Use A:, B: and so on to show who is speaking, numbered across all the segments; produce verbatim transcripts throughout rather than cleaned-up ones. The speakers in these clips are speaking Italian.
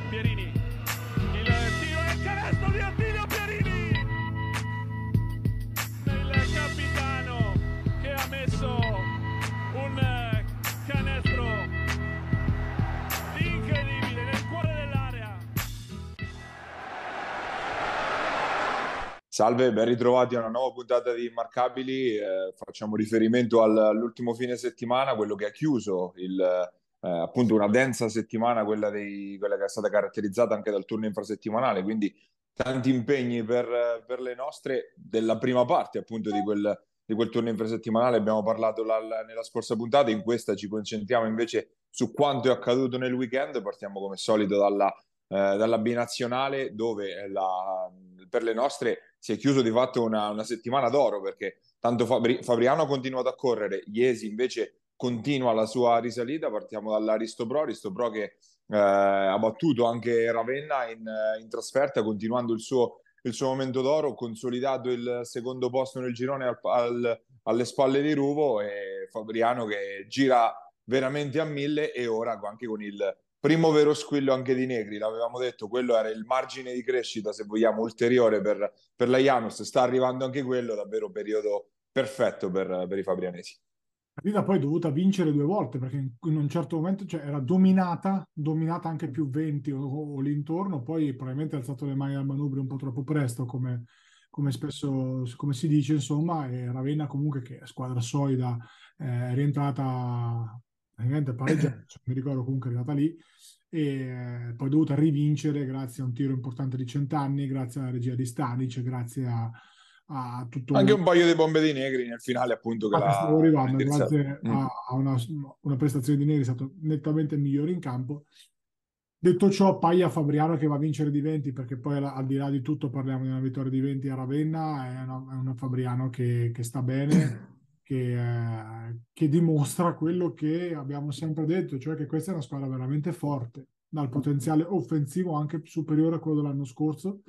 A: Pierini, il tiro e il canestro di Attilio Pierini, il capitano che ha messo un canestro incredibile nel cuore dell'area.
B: Salve, ben ritrovati a una nuova puntata di Immarcabili. Eh, facciamo riferimento al- all'ultimo fine settimana, quello che ha chiuso il, eh, appunto una densa settimana, quella, dei, quella che è stata caratterizzata anche dal turno infrasettimanale, quindi tanti impegni per, per le nostre della prima parte appunto di quel, di quel turno infrasettimanale. Abbiamo parlato la- nella scorsa puntata, in questa ci concentriamo invece su quanto è accaduto nel weekend. Partiamo come solito dalla eh, dalla binazionale dove la, per le nostre si è chiuso di fatto una, una settimana d'oro, perché tanto Fabri- Fabriano ha continuato a correre, Iesi invece continua la sua risalita. Partiamo dall'Aristobro, Aristobro che eh, ha battuto anche Ravenna in, in trasferta, continuando il suo, il suo momento d'oro, consolidato il secondo posto nel girone al, al, alle spalle di Ruvo, e Fabriano che gira veramente a mille, e ora anche con il primo vero squillo anche di Negri. L'avevamo detto, quello era il margine di crescita, se vogliamo, ulteriore per, per la Janus. Sta arrivando anche quello, davvero periodo perfetto per, per i fabrianesi.
C: La Villa poi è dovuta vincere due volte perché in in un certo momento, cioè, era dominata, dominata anche più venti o, o l'intorno, poi probabilmente ha alzato le mani al manubrio un po' troppo presto, come, come spesso come si dice, insomma, e Ravenna comunque, che è squadra solida, eh, è rientrata praticamente pareggiata, cioè, mi ricordo, comunque è arrivata lì, e eh, poi è dovuta rivincere grazie a un tiro importante di Centanni, grazie alla regia di Stanic, grazie a, a tutto
B: Anche
C: un...
B: un paio di bombe di Negri nel finale, appunto, che
C: Ah, che stavo
B: l'ha
C: arrivando,
B: indirizzato.
C: grazie
B: Mm.
C: a, a una, una prestazione di Neri, è stato nettamente il migliore in campo. Detto ciò, Paglia Fabriano che va a vincere di venti, perché poi al, al di là di tutto parliamo di una vittoria di venti a Ravenna, è una, è una Fabriano che, che sta bene, che, eh, che dimostra quello che abbiamo sempre detto, cioè che questa è una squadra veramente forte, dal potenziale offensivo anche superiore a quello dell'anno scorso,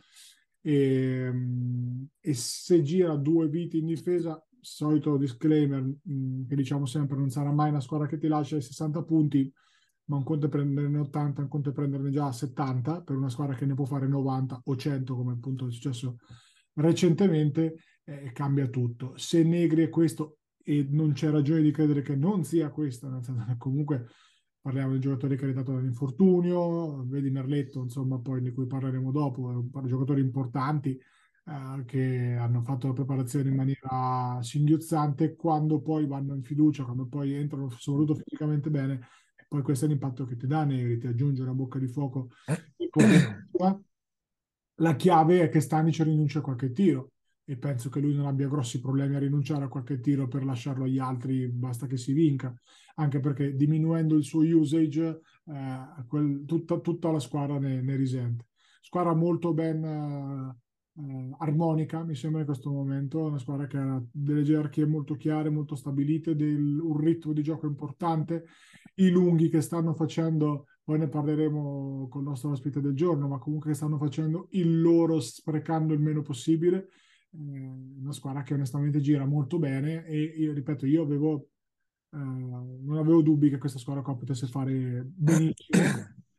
C: e, mm, e se gira due viti in difesa, solito disclaimer, mh, che diciamo sempre, non sarà mai una squadra che ti lascia i sessanta punti, ma un conto è prenderne ottanta, un conto è prenderne già settanta per una squadra che ne può fare novanta o cento, come appunto è successo recentemente. Eh, cambia tutto. Se Negri è questo, e non c'è ragione di credere che non sia questo, nel senso che comunque parliamo di giocatori che è dato dall'infortunio, vedi Merletto, insomma, poi di cui parleremo dopo, giocatori importanti, eh, che hanno fatto la preparazione in maniera singhiozzante. Quando poi vanno in fiducia, quando poi entrano soprattutto fisicamente bene, e poi questo è l'impatto che ti dà Negri, ti aggiunge una bocca di fuoco importantissima. La chiave è che Stanic rinuncia a qualche tiro, e penso che lui non abbia grossi problemi a rinunciare a qualche tiro per lasciarlo agli altri, basta che si vinca, anche perché diminuendo il suo usage, eh, quel- tutta, tutta la squadra ne, ne risente. Squadra molto ben eh, eh, armonica, mi sembra in questo momento, una squadra che ha delle gerarchie molto chiare, molto stabilite, del- un ritmo di gioco importante, i lunghi che stanno facendo, poi ne parleremo con il nostro ospite del giorno, ma comunque stanno facendo il loro, sprecando il meno possibile. Eh, una squadra che onestamente gira molto bene, e io ripeto, io avevo, eh, non avevo dubbi che questa squadra qua potesse fare benissimo,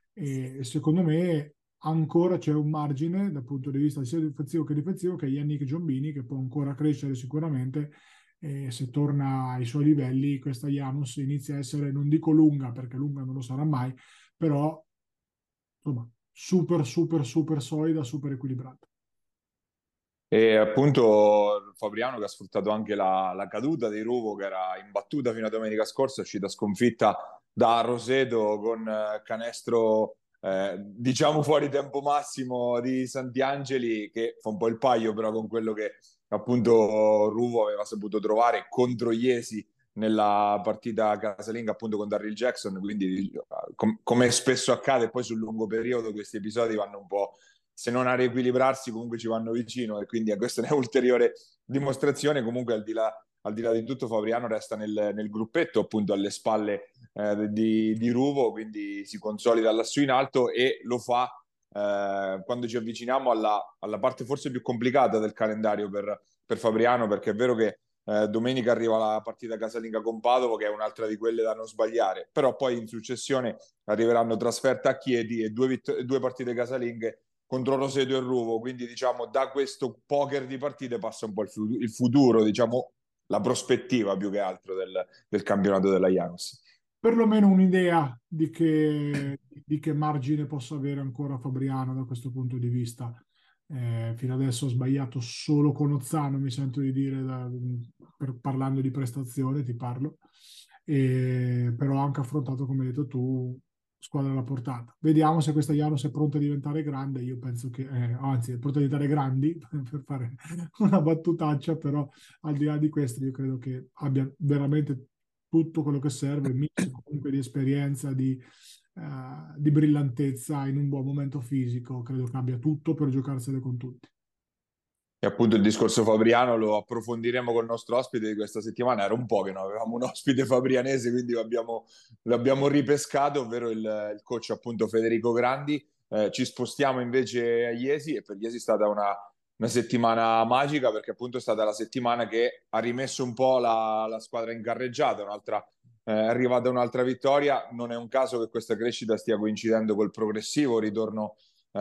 C: e secondo me ancora c'è un margine dal punto di vista sia difensivo che difensivo, che è Yannick Giombini, che può ancora crescere sicuramente, e se torna ai suoi livelli questa Janus inizia a essere, non dico lunga perché lunga non lo sarà mai, però insomma super super super solida, super equilibrata.
B: E appunto Fabriano che ha sfruttato anche la, la caduta di Ruvo, che era imbattuta fino a domenica scorsa, è uscita sconfitta da Roseto con eh, canestro, eh, diciamo fuori tempo massimo di Santiangeli, che fa un po' il paio però con quello che appunto Ruvo aveva saputo trovare contro Iesi nella partita casalinga, appunto con Darryl Jackson. Quindi com- come spesso accade poi sul lungo periodo, questi episodi vanno un po', se non a riequilibrarsi, comunque ci vanno vicino, e quindi questa è un'ulteriore dimostrazione. Comunque al di là, al di là di tutto Fabriano resta nel, nel gruppetto, appunto alle spalle eh, di, di Ruvo, quindi si consolida lassù in alto, e lo fa eh, quando ci avviciniamo alla, alla parte forse più complicata del calendario per, per Fabriano, perché è vero che Eh, domenica arriva la partita casalinga con Padova, che è un'altra di quelle da non sbagliare, però poi in successione arriveranno trasferta a Chieti e due, vitt- due partite casalinghe contro Roseto e Ruvo, quindi diciamo da questo poker di partite passa un po' il, fu- il futuro, diciamo la prospettiva più che altro del, del campionato della Janus.
C: Perlomeno un'idea di che, di che margine possa avere ancora Fabriano da questo punto di vista. Eh, fino adesso ho sbagliato solo con Ozzano, mi sento di dire, da- per- parlando di prestazione, ti parlo, e, però ha anche affrontato, come hai detto tu, squadra alla portata. Vediamo se questa Janus è pronta a diventare grande. Io penso che, eh, anzi, è pronta a diventare grandi, per fare una battutaccia, però al di là di questo io credo che abbia veramente tutto quello che serve, mix comunque di esperienza, di, eh, di brillantezza in un buon momento fisico, credo che abbia tutto per giocarsele con tutti.
B: E appunto il discorso fabriano lo approfondiremo con il nostro ospite di questa settimana. Era un po' che non avevamo un ospite fabrianese, quindi l'abbiamo, l'abbiamo ripescato, ovvero il, il coach appunto Federico Grandi. Eh, ci spostiamo invece a Iesi e per Iesi è stata una, una settimana magica perché appunto è stata la settimana che ha rimesso un po' la, la squadra in carreggiata, un'altra, eh, è arrivata un'altra vittoria. Non è un caso che questa crescita stia coincidendo col progressivo ritorno eh,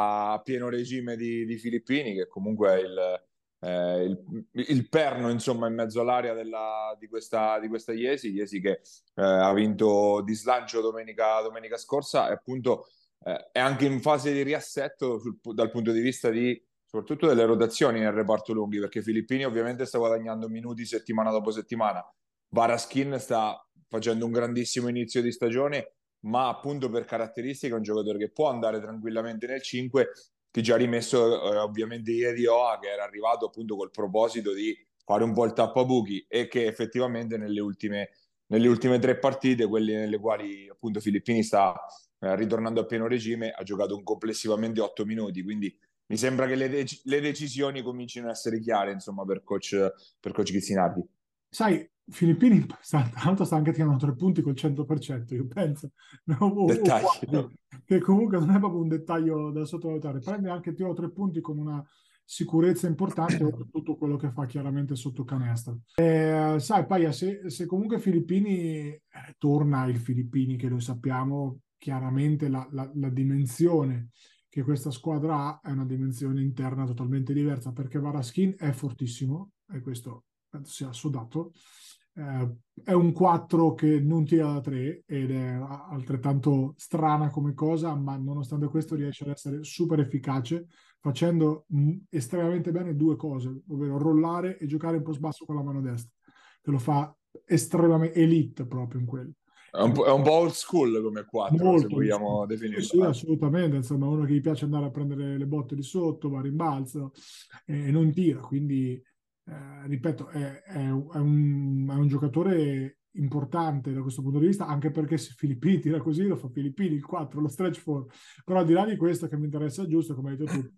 B: a pieno regime di, di Filippini, che comunque è il, eh, il, il perno insomma in mezzo all'area della, di, questa, di questa Iesi, Iesi che eh, ha vinto di slancio domenica, domenica scorsa e appunto eh, è anche in fase di riassetto sul, dal punto di vista di soprattutto delle rotazioni nel reparto lunghi, perché Filippini ovviamente sta guadagnando minuti settimana dopo settimana. Varaskin sta facendo un grandissimo inizio di stagione, ma appunto per caratteristiche è un giocatore che può andare tranquillamente nel cinque, che già ha rimesso eh, ovviamente ieri Oa, che era arrivato appunto col proposito di fare un po' il tappabuchi e che effettivamente nelle ultime, nelle ultime tre partite, quelle nelle quali appunto Filippini sta eh, ritornando a pieno regime, ha giocato un complessivamente otto minuti, quindi mi sembra che le, de- le decisioni comincino a essere chiare insomma per coach, per coach Chissinardi.
C: Sai, Filippini, sta- tra l'altro sta anche tirando tre punti col cento per cento, io penso, no, o, o
B: Dettaglio.
C: quasi, che comunque non è proprio un dettaglio da sottovalutare. Prende anche tiro a tre punti con una sicurezza importante, oltre a tutto quello che fa chiaramente sotto canestro. Eh, sai, Paia, se, se comunque Filippini eh, torna il Filippini che lo sappiamo, chiaramente la, la, la dimensione che questa squadra ha è una dimensione interna totalmente diversa, perché Varaskin è fortissimo, e questo penso sia assodato. Eh, è un quattro che non tira da tre ed è altrettanto strana come cosa, ma nonostante questo riesce ad essere super efficace facendo mh, estremamente bene due cose, ovvero rollare e giocare un po' sbasso con la mano destra, che lo fa estremamente elite proprio in quello.
B: È un, po', è un po' old school come quattro, se
C: Molto,
B: vogliamo
C: sì,
B: definirlo.
C: sì,
B: Eh.
C: assolutamente, insomma, uno che gli piace andare a prendere le botte di sotto, va a rimbalzo e non tira, quindi eh, ripeto, è, è un, è un- è un giocatore importante da questo punto di vista, anche perché se Filippini tira così, lo fa Filippini il quattro, lo stretch four. Però al di là di questo che mi interessa giusto, come hai detto tu,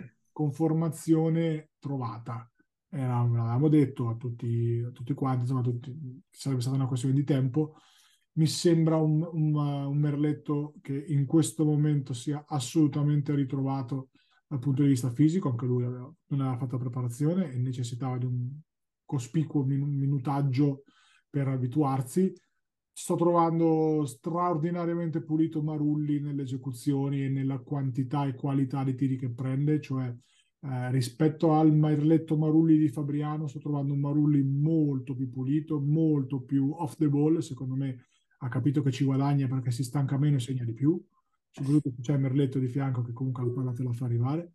C: conformazione trovata. Era, l'avevamo detto a tutti, a tutti quanti, insomma, tutti, sarebbe stata una questione di tempo. Mi sembra un, un, un merletto che in questo momento sia assolutamente ritrovato dal punto di vista fisico, anche lui aveva, non aveva fatto preparazione e necessitava di un cospicuo min- minutaggio per abituarsi. Sto trovando straordinariamente pulito Marulli nelle esecuzioni e nella quantità e qualità di tiri che prende, cioè eh, rispetto al merletto Marulli di Fabriano, sto trovando un Marulli molto più pulito, molto più off the ball, secondo me ha capito che ci guadagna perché si stanca meno e segna di più, soprattutto se c'è Merletto di fianco che comunque la palla te la fa arrivare.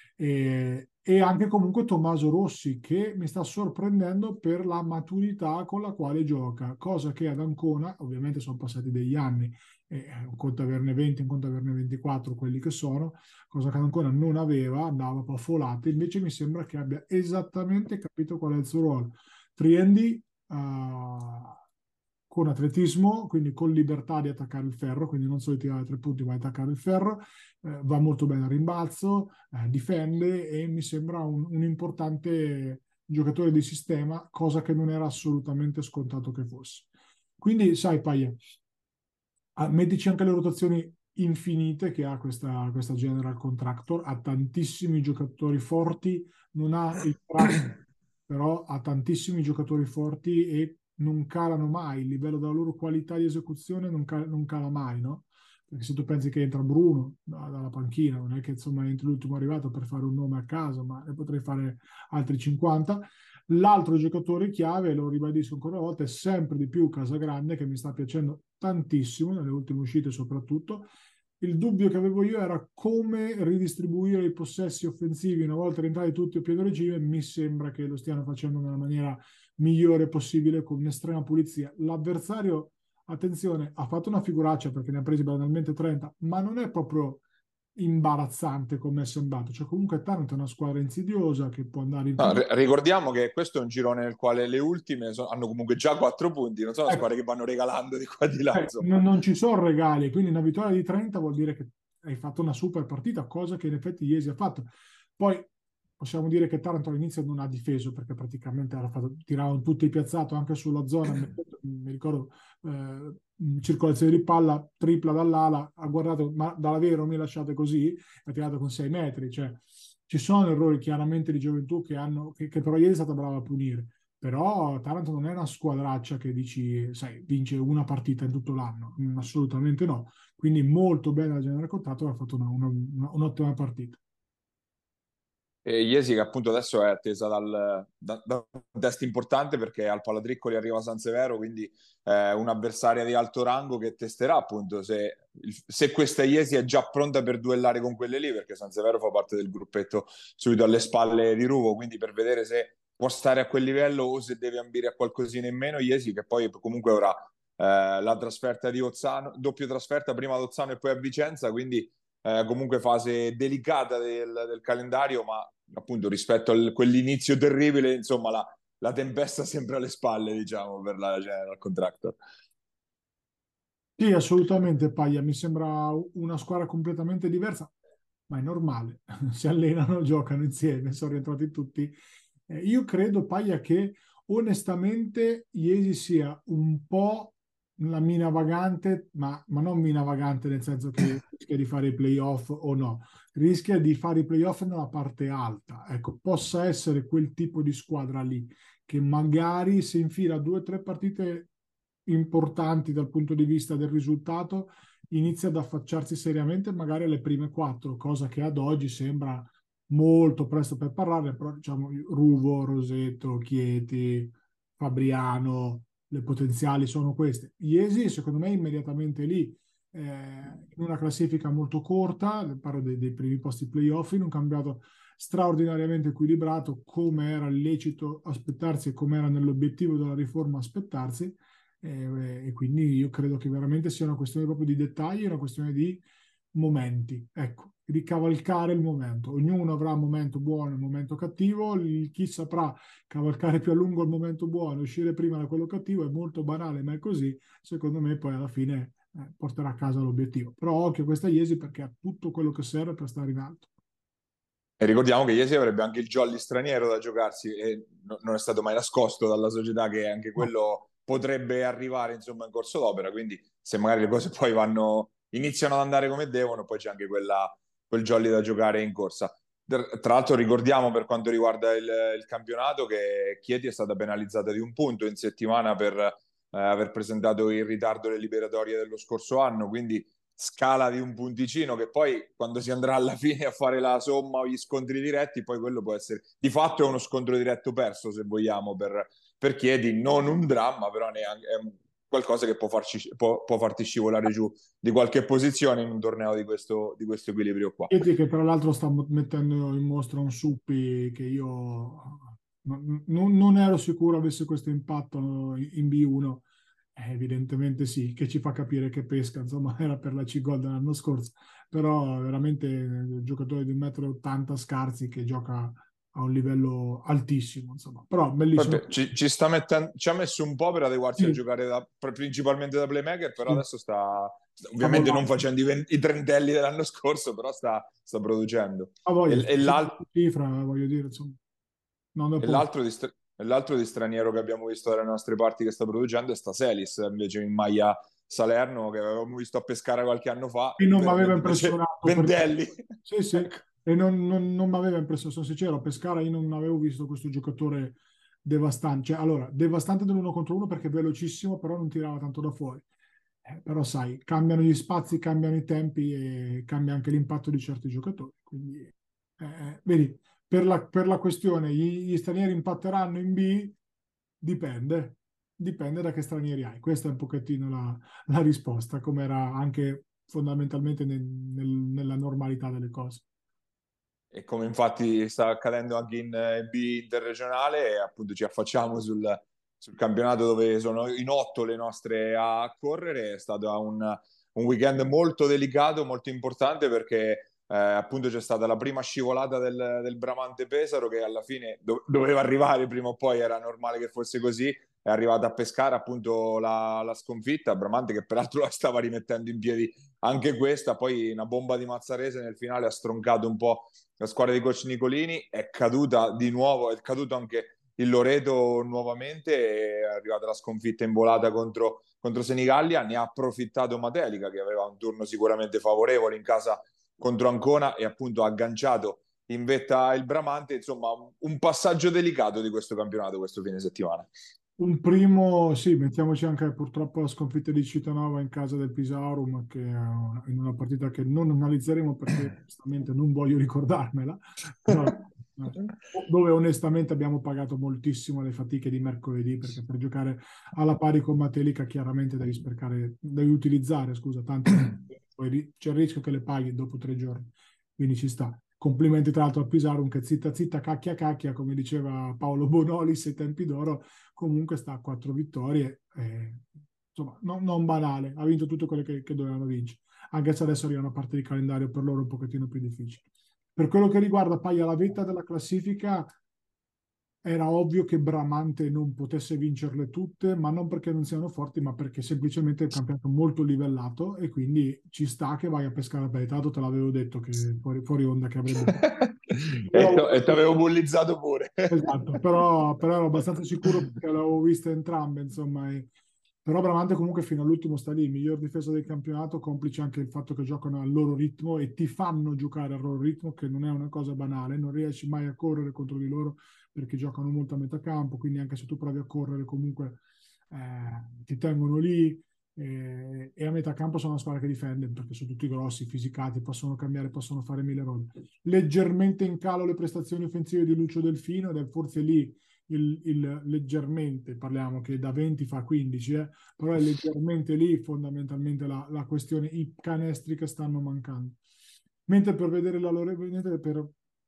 C: E, e anche comunque Tommaso Rossi che mi sta sorprendendo per la maturità con la quale gioca, cosa che ad Ancona, ovviamente sono passati degli anni, e un conto averne venti, un conto averne ventiquattro, quelli che sono, cosa che Ancona non aveva, andava un po' folate, invece mi sembra che abbia esattamente capito qual è il suo ruolo. Triendi uh, con atletismo, quindi con libertà di attaccare il ferro, quindi non solo di tirare tre punti, ma attaccare il ferro, eh, va molto bene al rimbalzo, eh, difende e mi sembra un, un importante giocatore di sistema, cosa che non era assolutamente scontato che fosse. Quindi, sai, Paia, ah, mettici anche le rotazioni infinite che ha questa, questa General Contractor, ha tantissimi giocatori forti, non ha il crack però ha tantissimi giocatori forti e non calano mai, il livello della loro qualità di esecuzione non, cal- non cala mai, no? Perché se tu pensi che entra Bruno da- dalla panchina, non è che insomma entri l'ultimo arrivato per fare un nome a caso, ma ne potrei fare altri cinquanta. L'altro giocatore chiave, lo ribadisco ancora una volta, è sempre di più Casagrande, che mi sta piacendo tantissimo, nelle ultime uscite soprattutto. Il dubbio che avevo io era come ridistribuire i possessi offensivi una volta rientrati tutti a pieno regime. Mi sembra che lo stiano facendo nella maniera migliore possibile, con un'estrema pulizia. L'avversario, attenzione, ha fatto una figuraccia perché ne ha presi banalmente trenta, ma non è proprio imbarazzante come è sembrato. Cioè, comunque Taranto è una squadra insidiosa che può andare in
B: No,
C: tutti.
B: ri- ricordiamo che questo è un girone nel quale le ultime so- hanno comunque già quattro punti, non sono
C: Ecco,
B: squadre che vanno regalando di qua e di là,
C: eh,
B: insomma.
C: non, non ci sono regali, quindi una vittoria di trenta vuol dire che hai fatto una super partita, cosa che in effetti Iesi ha fatto. Poi possiamo dire che Taranto all'inizio non ha difeso perché praticamente era fatto, tiravano tutti piazzato anche sulla zona. Mi, mi ricordo eh, circolazione di palla tripla dall'ala, ha guardato, ma davvero mi lasciate così, ha tirato con sei metri. Cioè, ci sono errori chiaramente di gioventù che, hanno, che, che però ieri è stata brava a punire. Però Taranto non è una squadraccia che dici, sai, vince una partita in tutto l'anno, mm, assolutamente no. Quindi molto bene la Generale Contratto, ha fatto una- una- una- un'ottima partita.
B: E Iesi che appunto adesso è attesa dal, da, da un test importante perché al Paladriccoli arriva San Severo, quindi è un'avversaria di alto rango che testerà appunto se, il- se questa Iesi è già pronta per duellare con quelle lì, perché San Severo fa parte del gruppetto subito alle spalle di Ruvo, quindi per vedere se può stare a quel livello o se deve ambire a qualcosina in meno. Iesi che poi comunque avrà eh, la trasferta di Ozzano, doppia trasferta, prima ad Ozzano e poi a Vicenza, quindi eh, comunque fase delicata del, del calendario, ma appunto rispetto a quell'inizio terribile, insomma, la, la tempesta sempre alle spalle, diciamo, per la General Contractor.
C: Sì, assolutamente, Paglia. Mi sembra una squadra completamente diversa, ma è normale. Si allenano, giocano insieme, sono rientrati tutti. Eh, io credo, Paglia, che onestamente Iesi sia un po' la mina vagante, ma, ma non mina vagante nel senso che rischia di fare i playoff o no, rischia di fare i playoff nella parte alta. Ecco, possa essere quel tipo di squadra lì che magari se infila due o tre partite importanti dal punto di vista del risultato, inizia ad affacciarsi seriamente magari alle prime quattro, cosa che ad oggi sembra molto presto per parlarne, però diciamo Ruvo, Roseto, Chieti, Fabriano, le potenziali sono queste. Iesi secondo me è immediatamente lì, eh, in una classifica molto corta, parlo dei, dei primi posti playoff, in un campionato straordinariamente equilibrato, come era lecito aspettarsi e come era nell'obiettivo della riforma aspettarsi, e, e quindi io credo che veramente sia una questione proprio di dettagli, una questione di momenti, ecco, di cavalcare il momento. Ognuno avrà un momento buono e un momento cattivo, il, chi saprà cavalcare più a lungo il momento buono, uscire prima da quello cattivo, è molto banale, ma è così, secondo me poi alla fine eh, porterà a casa l'obiettivo. Però occhio a questa Iesi perché ha tutto quello che serve per stare in alto.
B: E ricordiamo che Iesi avrebbe anche il jolly straniero da giocarsi e no- non è stato mai nascosto dalla società che anche
C: No.
B: quello potrebbe arrivare insomma in corso d'opera, quindi se magari le cose poi vanno, iniziano ad andare come devono, poi c'è anche quella, quel jolly da giocare in corsa. Tra tra l'altro ricordiamo per quanto riguarda il, il campionato che Chieti è stata penalizzata di un punto in settimana per eh, aver presentato in ritardo le liberatorie dello scorso anno, quindi scala di un punticino che poi quando si andrà alla fine a fare la somma o gli scontri diretti, poi quello può essere di fatto è uno scontro diretto perso se vogliamo per, per Chiedi, non un dramma, però neanche, è un, qualcosa che può, farci, può, può farti scivolare giù di qualche posizione in un torneo di questo, di questo equilibrio qua.
C: Chieti che tra l'altro sta mettendo in mostra un Suppi che io non, non- non ero sicuro avesse questo impatto in B uno. Eh, evidentemente sì, che ci fa capire che pesca, insomma, era per la C-Gold dell'anno scorso, però veramente un giocatore di un metro e ottanta scarsi che gioca a un livello altissimo, insomma, però
B: Poi
C: bellissimo.
B: per- ci, ci sta mettendo, ci ha messo un po' per adeguarsi a
C: Sì,
B: giocare da- principalmente da playmaker, però
C: sì,
B: adesso sta, sta-
C: sta
B: ovviamente non
C: volando.
B: facendo i, venti i trentelli dell'anno scorso, però sta, sta producendo.
C: A
B: E,
C: voglia,
B: e l'al-
C: cifra, voglio dire, insomma, non da
B: e
C: poco.
B: l'altro di, stra- e l'altro di straniero che abbiamo visto dalle nostre parti che sta producendo è Staselis, invece in maglia Salerno, che avevamo visto a pescare qualche anno fa,
C: E non mi aveva
B: veramente invece
C: impressionato perché
B: ventelli.
C: sì, sì,
B: Ecco.
C: e non, non, non mi aveva impressionato, sono sincero, a Pescara io non avevo visto questo giocatore devastante, cioè allora, devastante dell'uno contro uno perché è velocissimo, però non tirava tanto da fuori. Eh, però sai, cambiano gli spazi, cambiano i tempi e cambia anche l'impatto di certi giocatori. Quindi, eh, vedi, per la, per la questione, gli, gli stranieri impatteranno in B, dipende, dipende da che stranieri hai. Questa è un pochettino la, la risposta, come era anche fondamentalmente nel- nel- nella normalità delle cose.
B: E come infatti sta accadendo anche in eh, B interregionale, e appunto ci affacciamo sul, sul campionato dove sono in otto le nostre a correre. È stato un, un weekend molto delicato, molto importante perché eh, appunto c'è stata la prima scivolata del, del Bramante Pesaro che alla fine do- doveva arrivare prima o poi, era normale che fosse così. È arrivata a pescare appunto la, la sconfitta. Bramante che peraltro la stava rimettendo in piedi anche questa, poi una bomba di Mazzarese nel finale ha stroncato un po' la squadra di coach Nicolini. È caduta di nuovo, è caduto anche il Loreto nuovamente, è arrivata la sconfitta in volata contro, contro Senigallia. Ne ha approfittato Matelica che aveva un turno sicuramente favorevole in casa contro Ancona e appunto ha agganciato in vetta il Bramante. Insomma, un passaggio delicato di questo campionato questo fine settimana.
C: Un primo, sì, mettiamoci anche purtroppo la sconfitta di Cittadella in casa del Pisaurum, che è una- in una partita che non analizzeremo perché onestamente non voglio ricordarmela, però, eh, dove onestamente abbiamo pagato moltissimo le fatiche di mercoledì, perché per giocare alla pari con Matelica chiaramente devi sprecare, devi utilizzare, scusa, tante energie, poi c'è il rischio che le paghi dopo tre giorni, quindi ci sta. Complimenti tra l'altro al Pisarum che zitta zitta cacchia cacchia, come diceva Paolo Bonolis ai tempi d'oro, comunque sta a quattro vittorie, eh, insomma, no, non banale, ha vinto tutte quelle che, che dovevano vincere, anche se adesso arriva una parte di calendario per loro un pochettino più difficile. Per quello che riguarda poi alla vetta della classifica, era ovvio che Bramante non potesse vincerle tutte, ma non perché non siano forti, ma perché semplicemente è un campionato molto livellato e quindi ci sta che vai a pescare a parità. Te l'avevo detto che fuori, fuori onda che avrebbe... Però,
B: E ti avevo bullizzato pure.
C: esatto, però, però ero abbastanza sicuro perché l'avevo viste entrambe, insomma. E... Però Bramante comunque fino all'ultimo sta lì, miglior difesa del campionato, complice anche il fatto che giocano al loro ritmo e ti fanno giocare al loro ritmo, che non è una cosa banale, non riesci mai a correre contro di loro perché giocano molto a metà campo, quindi anche se tu provi a correre comunque eh, ti tengono lì, eh, e a metà campo sono una squadra che difende perché sono tutti grossi, fisicati, possono cambiare, possono fare mille robe. Leggermente in calo le prestazioni offensive di Lucio Delfino ed è forse lì il, il leggermente, parliamo che da venti fa quindici, eh, però è leggermente lì fondamentalmente la, la questione, i canestri che stanno mancando. Mentre per vedere la loro, mentre per,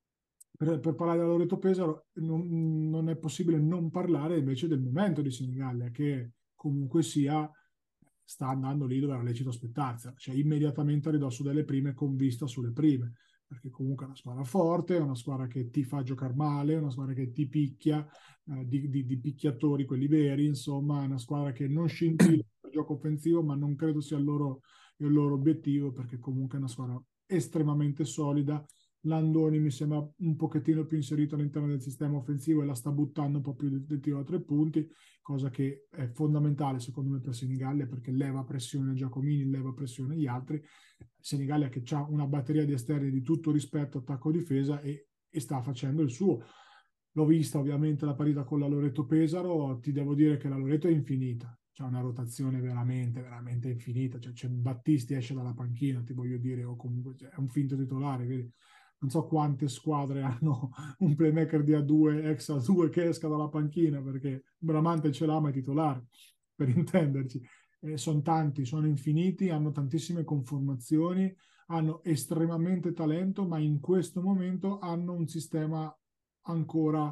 C: per, per parlare della Loreto Pesaro non, non è possibile non parlare invece del momento di Senigallia che comunque sia sta andando lì dove era lecito aspettarsela, cioè immediatamente a ridosso delle prime con vista sulle prime, perché comunque è una squadra forte, è una squadra che ti fa giocare male, è una squadra che ti picchia, eh, di, di, di picchiatori, quelli veri, insomma, è una squadra che non scintilla per gioco offensivo, ma non credo sia il loro, il loro obiettivo, perché comunque è una squadra estremamente solida. Landoni mi sembra un pochettino più inserito all'interno del sistema offensivo e la sta buttando un po' più del tiro a tre punti, cosa che è fondamentale secondo me per Senigallia perché leva pressione a Giacomini, leva pressione agli altri. Senigallia che ha una batteria di esterni di tutto rispetto attacco-difesa e, e sta facendo il suo. L'ho vista ovviamente la partita con la Loreto Pesaro, ti devo dire che la Loreto è infinita, c'è una rotazione veramente, veramente infinita, cioè c'è Battisti esce dalla panchina, ti voglio dire, o comunque cioè, è un finto titolare, vedi? Non so quante squadre hanno un playmaker di A due, ex A due che esca dalla panchina perché Bramante ce l'ha ma è titolare, per intenderci. Eh, sono tanti, sono infiniti, hanno tantissime conformazioni, hanno estremamente talento, ma in questo momento hanno un sistema ancora,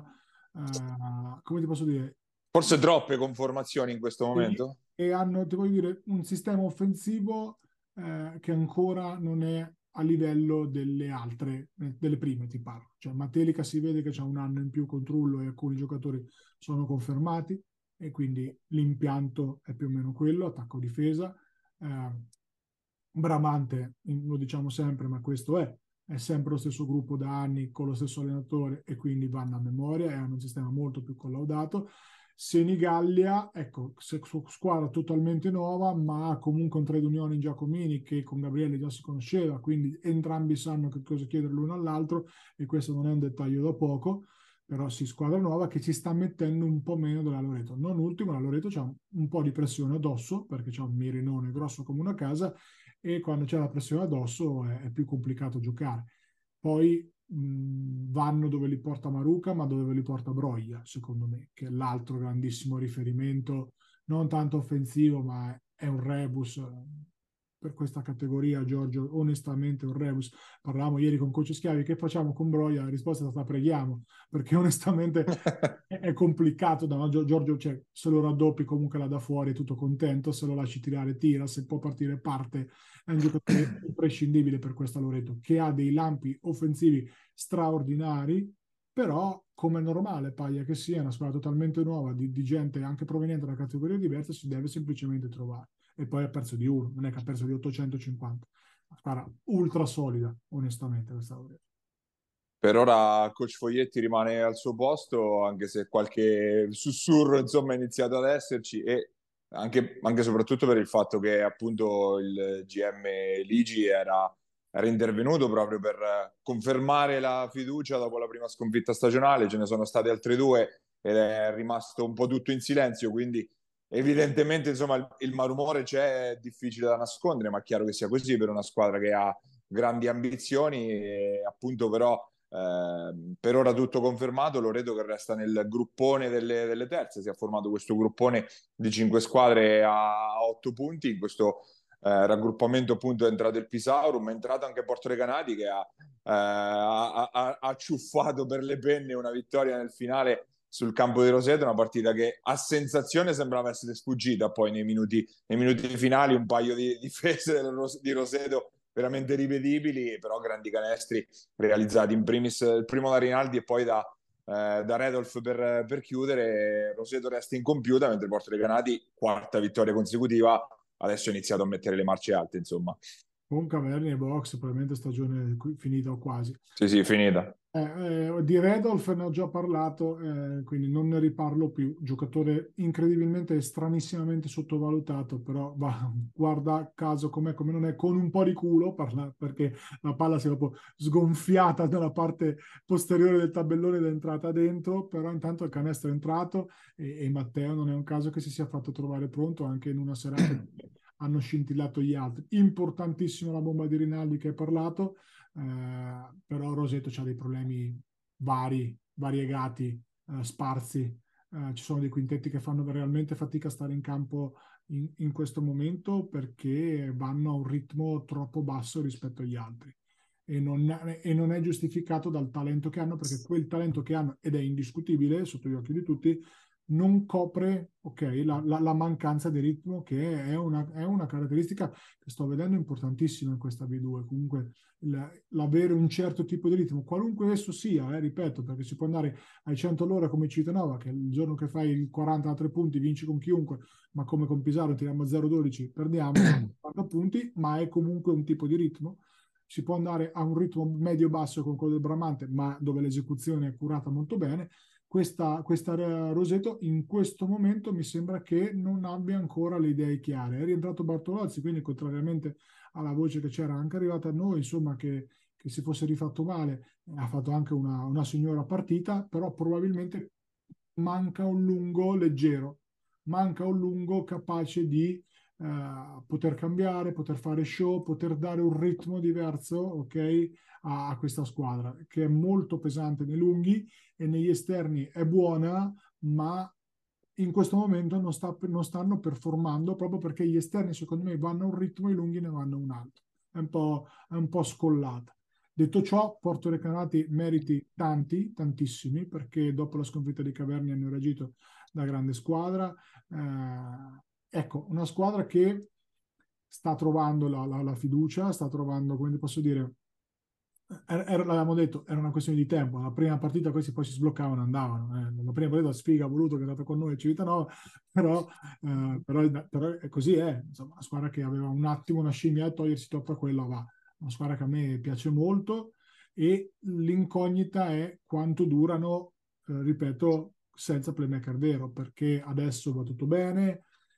C: eh, come ti posso dire,
B: Forse troppe conformazioni in questo
C: e,
B: momento.
C: e hanno, ti voglio dire, un sistema offensivo eh, che ancora non è a livello delle altre, eh, delle prime ti parlo. Cioè Matelica si vede che c'ha un anno in più con Trullo e alcuni giocatori sono confermati e quindi l'impianto è più o meno quello, attacco-difesa. Eh, Bramante, lo diciamo sempre, ma questo è, è sempre lo stesso gruppo da anni con lo stesso allenatore e quindi vanno a memoria e hanno un sistema molto più collaudato. Senigallia, ecco, squadra totalmente nuova, ma comunque un trade unione in Giacomini che con Gabriele già si conosceva, quindi entrambi sanno che cosa chiedere l'uno all'altro e questo non è un dettaglio da poco. però sì, squadra nuova che ci sta mettendo un po' meno della Loreto. Non ultimo, la Loreto c'ha un, un po' di pressione addosso, perché c'ha un mirinone grosso come una casa, e quando c'è la pressione addosso è, è più complicato giocare. Poi mh, vanno dove li porta Maruca, ma dove li porta Broglia, secondo me, che è l'altro grandissimo riferimento, non tanto offensivo, ma è, è un rebus per questa categoria, Giorgio, onestamente un rebus. Parlavamo ieri con Coach Schiavi, che facciamo con Broia? La risposta è stata preghiamo, perché onestamente è, è complicato. Da, no? Giorgio, cioè, se lo raddoppi comunque là da fuori è tutto contento, se lo lasci tirare tira, se può partire parte. È un giocatore imprescindibile per questa Loreto, che ha dei lampi offensivi straordinari, però come è normale, Paglia che sia una squadra totalmente nuova, di, di gente anche proveniente da categorie diverse, si deve semplicemente trovare. E poi ha perso di uno, non è che ha perso di ottocentocinquanta. Una squadra ultra solida, onestamente, questa Loreto.
B: Per ora Coach Foglietti rimane al suo posto, anche se qualche sussurro insomma è iniziato ad esserci, e anche, anche e soprattutto per il fatto che appunto il G M Ligi era, era intervenuto proprio per confermare la fiducia dopo la prima sconfitta stagionale. Ce ne sono state altre due ed è rimasto un po' tutto in silenzio, quindi evidentemente insomma il, il malumore c'è, è difficile da nascondere, ma è chiaro che sia così per una squadra che ha grandi ambizioni e appunto però eh, per ora tutto confermato. Loreto che resta nel gruppone delle, delle terze, si è formato questo gruppone di cinque squadre a otto punti. In questo eh, raggruppamento appunto è entrato il Pisaurum, è entrato anche Porto Recanati che ha, eh, ha, ha, ha ciuffato per le penne una vittoria nel finale sul campo di Roseto, una partita che a sensazione sembrava essere sfuggita, poi nei minuti, nei minuti finali un paio di difese di Roseto veramente ripetibili, però grandi canestri realizzati in primis il primo da Rinaldi e poi da, eh, da Redolf per, per chiudere. Roseto resta incompiuta, mentre Porto Recanati, quarta vittoria consecutiva, adesso ha iniziato a mettere le marce alte, insomma.
C: Con Caverni e Box, probabilmente stagione finita o quasi.
B: Sì, sì, finita.
C: Eh, eh, di Redolf ne ho già parlato, eh, quindi non ne riparlo più. Giocatore incredibilmente, stranissimamente sottovalutato, però va, guarda caso com'è, come non è, con un po' di culo, parla, perché la palla si è proprio sgonfiata nella parte posteriore del tabellone ed è entrata dentro, però intanto il canestro è entrato e, e Matteo non è un caso che si sia fatto trovare pronto anche in una serata che hanno scintillato gli altri. Importantissima la bomba di Rinaldi che hai parlato. Eh, però Roseto ha dei problemi vari, variegati, eh, sparsi. Eh, ci sono dei quintetti che fanno realmente fatica a stare in campo in, in questo momento perché vanno a un ritmo troppo basso rispetto agli altri. E non, e non è giustificato dal talento che hanno, perché quel talento che hanno, ed è indiscutibile sotto gli occhi di tutti, non copre, ok, la, la, la mancanza di ritmo, che è una, è una caratteristica che sto vedendo importantissima in questa B due. Comunque l'avere un certo tipo di ritmo, qualunque esso sia, eh, ripeto, perché si può andare ai cento all'ora come Citanova, che il giorno che fai il quaranta a tre punti vinci con chiunque, ma come con Pisaro tiriamo a zero dodici, perdiamo quaranta punti, ma è comunque un tipo di ritmo. Si può andare a un ritmo medio-basso con quello del Bramante, ma dove l'esecuzione è curata molto bene. Questa, questa Roseto in questo momento mi sembra che non abbia ancora le idee chiare. È rientrato Bartolozzi, quindi contrariamente alla voce che c'era anche arrivata a noi, insomma, che, che si fosse rifatto male, ha fatto anche una, una signora partita, però probabilmente manca un lungo leggero, manca un lungo capace di eh, poter cambiare, poter fare show, poter dare un ritmo diverso, ok, a, a questa squadra, che è molto pesante nei lunghi e negli esterni è buona, ma in questo momento non, sta, non stanno performando proprio perché gli esterni secondo me vanno a un ritmo e i lunghi ne vanno a un altro. È un po', è un po' scollata. Detto ciò, Porto Recanati meriti tanti, tantissimi, perché dopo la sconfitta di Caverni hanno reagito da grande squadra. Eh, ecco, una squadra che sta trovando la, la, la fiducia, sta trovando, come posso dire, era, era, l'avevamo detto, era una questione di tempo. La prima partita questi poi si sbloccavano e andavano. Eh. La prima partita sfiga ha voluto che è andata con noi Civitanova, però, eh, però, però è così è. Insomma, una squadra che aveva un attimo una scimmia e togliersi troppo quella va. Una squadra che a me piace molto e l'incognita è quanto durano, eh, ripeto, senza playmaker vero, perché adesso va tutto bene,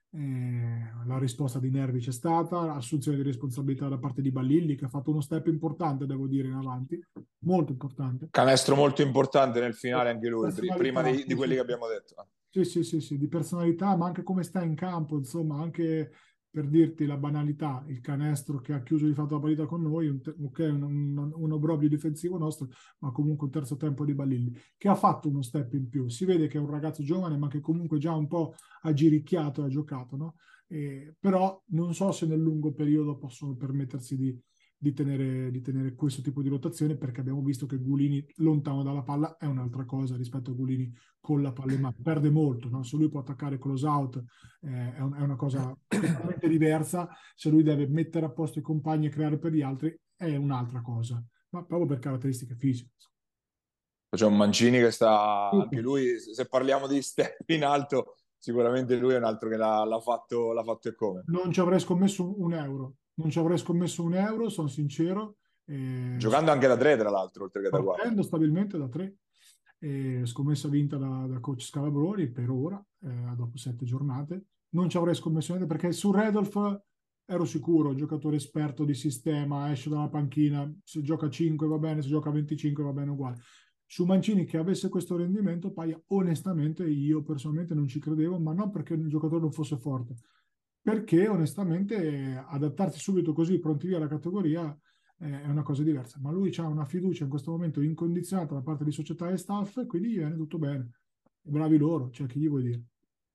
C: Eh, la risposta di Nervi c'è stata, assunzione di responsabilità da parte di Balilli, che ha fatto uno step importante, devo dire, in avanti, molto importante.
B: Canestro molto importante nel finale anche lui, pri- prima
C: Personalità,
B: di, di
C: sì,
B: quelli
C: sì.
B: che abbiamo detto.
C: Sì, sì, sì, sì, di personalità, ma anche come sta in campo, insomma, anche per dirti la banalità, il canestro che ha chiuso di fatto la partita con noi, un, te- ok, un, un, un obbrobrio difensivo nostro, ma comunque un terzo tempo di Balilli, che ha fatto uno step in più. Si vede che è un ragazzo giovane, ma che comunque già un po' ha giricchiato e ha giocato, no? Eh, però non so se nel lungo periodo possono permettersi di di tenere, di tenere questo tipo di rotazione, perché abbiamo visto che Gulini lontano dalla palla è un'altra cosa rispetto a Gulini con la palla in mano, perde molto, no? Se lui può attaccare close out eh, è, un- è una cosa totalmente diversa, se lui deve mettere a posto i compagni e creare per gli altri è un'altra cosa, ma proprio per caratteristiche fisiche.
B: C'è un Mancini che sta, anche
C: Super.
B: lui, se parliamo di step in alto, sicuramente lui è un altro che l'ha, l'ha fatto, l'ha fatto e come.
C: Non ci avrei scommesso un, un euro, non ci avrei scommesso un euro, sono sincero, eh,
B: Giocando anche da tre, tra l'altro, oltre che da quattro.
C: partendo stabilmente da tre. E scommessa vinta da, da coach Scalabroni per ora, eh, dopo sette giornate. Non ci avrei scommesso niente perché su Redolf ero sicuro, giocatore esperto di sistema, esce dalla panchina, se gioca cinque va bene, se gioca venticinque va bene uguale. Su Mancini che avesse questo rendimento, Paia, onestamente io personalmente non ci credevo, ma non perché il giocatore non fosse forte, perché onestamente adattarsi subito così, pronti via alla categoria, eh, è una cosa diversa. Ma lui ha una fiducia in questo momento incondizionata da parte di società e staff, e quindi gli viene tutto bene. Bravi loro, cioè che gli vuoi dire?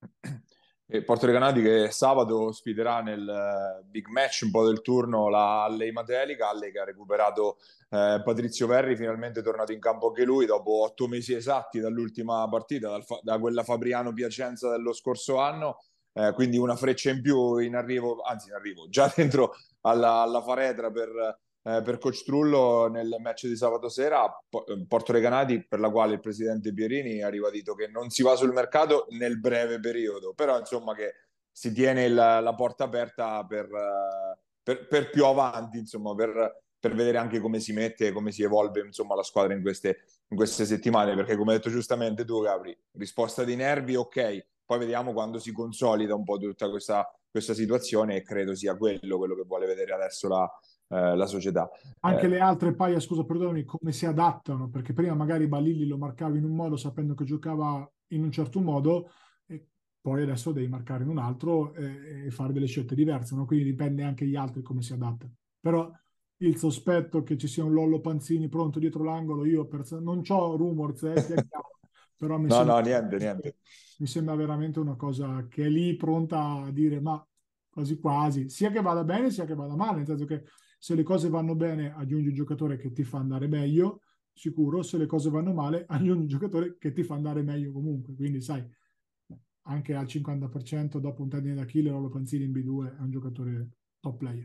B: E Porto Recanati che sabato ospiterà nel eh, big match un po' del turno la Alley Matelica, Alley che ha recuperato eh, Patrizio Verri, finalmente tornato in campo anche lui dopo otto mesi esatti dall'ultima partita, dal fa- da quella Fabriano-Piacenza dello scorso anno, eh, quindi una freccia in più in arrivo, anzi in arrivo, già dentro alla, alla faretra per, eh, per Coach Trullo nel match di sabato sera. Po- Porto Recanati, per la quale il presidente Pierini ha ribadito che non si va sul mercato nel breve periodo, però insomma che si tiene il- la porta aperta per, eh, per- per più avanti, insomma, per, per vedere anche come si mette, come si evolve insomma, la squadra in queste, in queste settimane, perché come hai detto giustamente tu, Gabri, risposta di nervi, ok, poi vediamo quando si consolida un po' tutta questa, questa situazione e credo sia quello, quello che vuole vedere adesso la, eh, la società.
C: Anche
B: Eh,
C: le altre paia, scusa, perdonami, come si adattano, perché prima magari Balilli lo marcavi in un modo sapendo che giocava in un certo modo, e poi adesso devi marcare in un altro e, e fare delle scelte diverse, no? Quindi dipende anche gli altri come si adattano. Però il sospetto che ci sia un Lollo Panzini pronto dietro l'angolo, io pers- non c'ho rumors, eh, sia chiaro, però mi
B: no,
C: sembra,
B: no, niente, niente.
C: mi sembra veramente una cosa che è lì pronta a dire ma quasi quasi, sia che vada bene sia che vada male, nel senso che se le cose vanno bene aggiungi un giocatore che ti fa andare meglio, sicuro, se le cose vanno male aggiungi un giocatore che ti fa andare meglio comunque, quindi sai, anche al cinquanta per cento dopo un tendine d'Achille, Lolo Panzini in B due è un giocatore top player.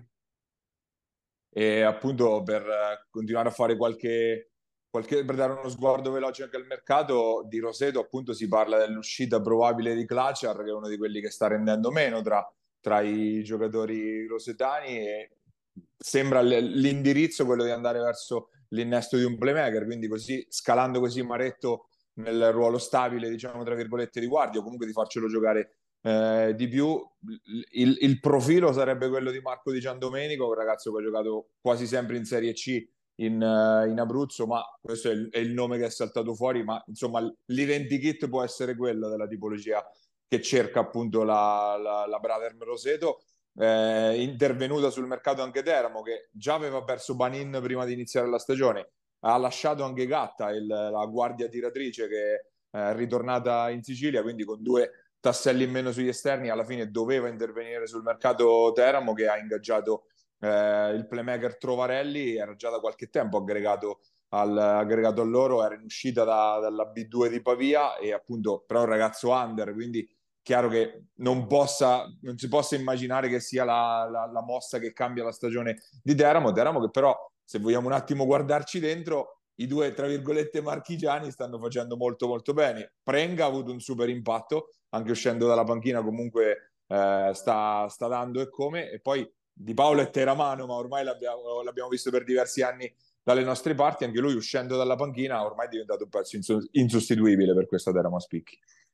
B: E appunto per eh, continuare a fare qualche, qualche, per dare uno sguardo veloce anche al mercato di Roseto, appunto si parla dell'uscita probabile di Claciar, che è uno di quelli che sta rendendo meno tra, tra i giocatori rosetani, e sembra l- l'indirizzo quello di andare verso l'innesto di un playmaker, quindi così scalando così Maretto nel ruolo stabile, diciamo tra virgolette, di guardia, o comunque di farcelo giocare eh, di più. Il, il profilo sarebbe quello di Marco Di Giandomenico, un ragazzo che ha giocato quasi sempre in Serie C in, uh, in Abruzzo, ma questo è il, è il nome che è saltato fuori, ma insomma l'identikit può essere quello della tipologia che cerca appunto la, la, la Brother Roseto. Eh, intervenuta sul mercato anche Teramo, che già aveva perso Banin prima di iniziare la stagione, ha lasciato anche Gatta, il, la guardia tiratrice che è ritornata in Sicilia, quindi con due tasselli in meno sugli esterni, alla fine doveva intervenire sul mercato Teramo, che ha ingaggiato eh, il playmaker Trovarelli, era già da qualche tempo aggregato, al, aggregato a loro, era in uscita da, dalla B due di Pavia, e appunto però un ragazzo under, quindi chiaro che non, possa, non si possa immaginare che sia la, la, la mossa che cambia la stagione di Teramo, Teramo che però, se vogliamo un attimo guardarci dentro, i due, tra virgolette, marchigiani stanno facendo molto molto bene. Prenga ha avuto un super impatto, anche uscendo dalla panchina comunque eh, sta, sta dando e come, e poi Di Paolo è Teramano, ma ormai l'abbiamo, l'abbiamo visto per diversi anni dalle nostre parti, anche lui uscendo dalla panchina ormai è diventato un pezzo insostituibile per questa Teramo Spicchi.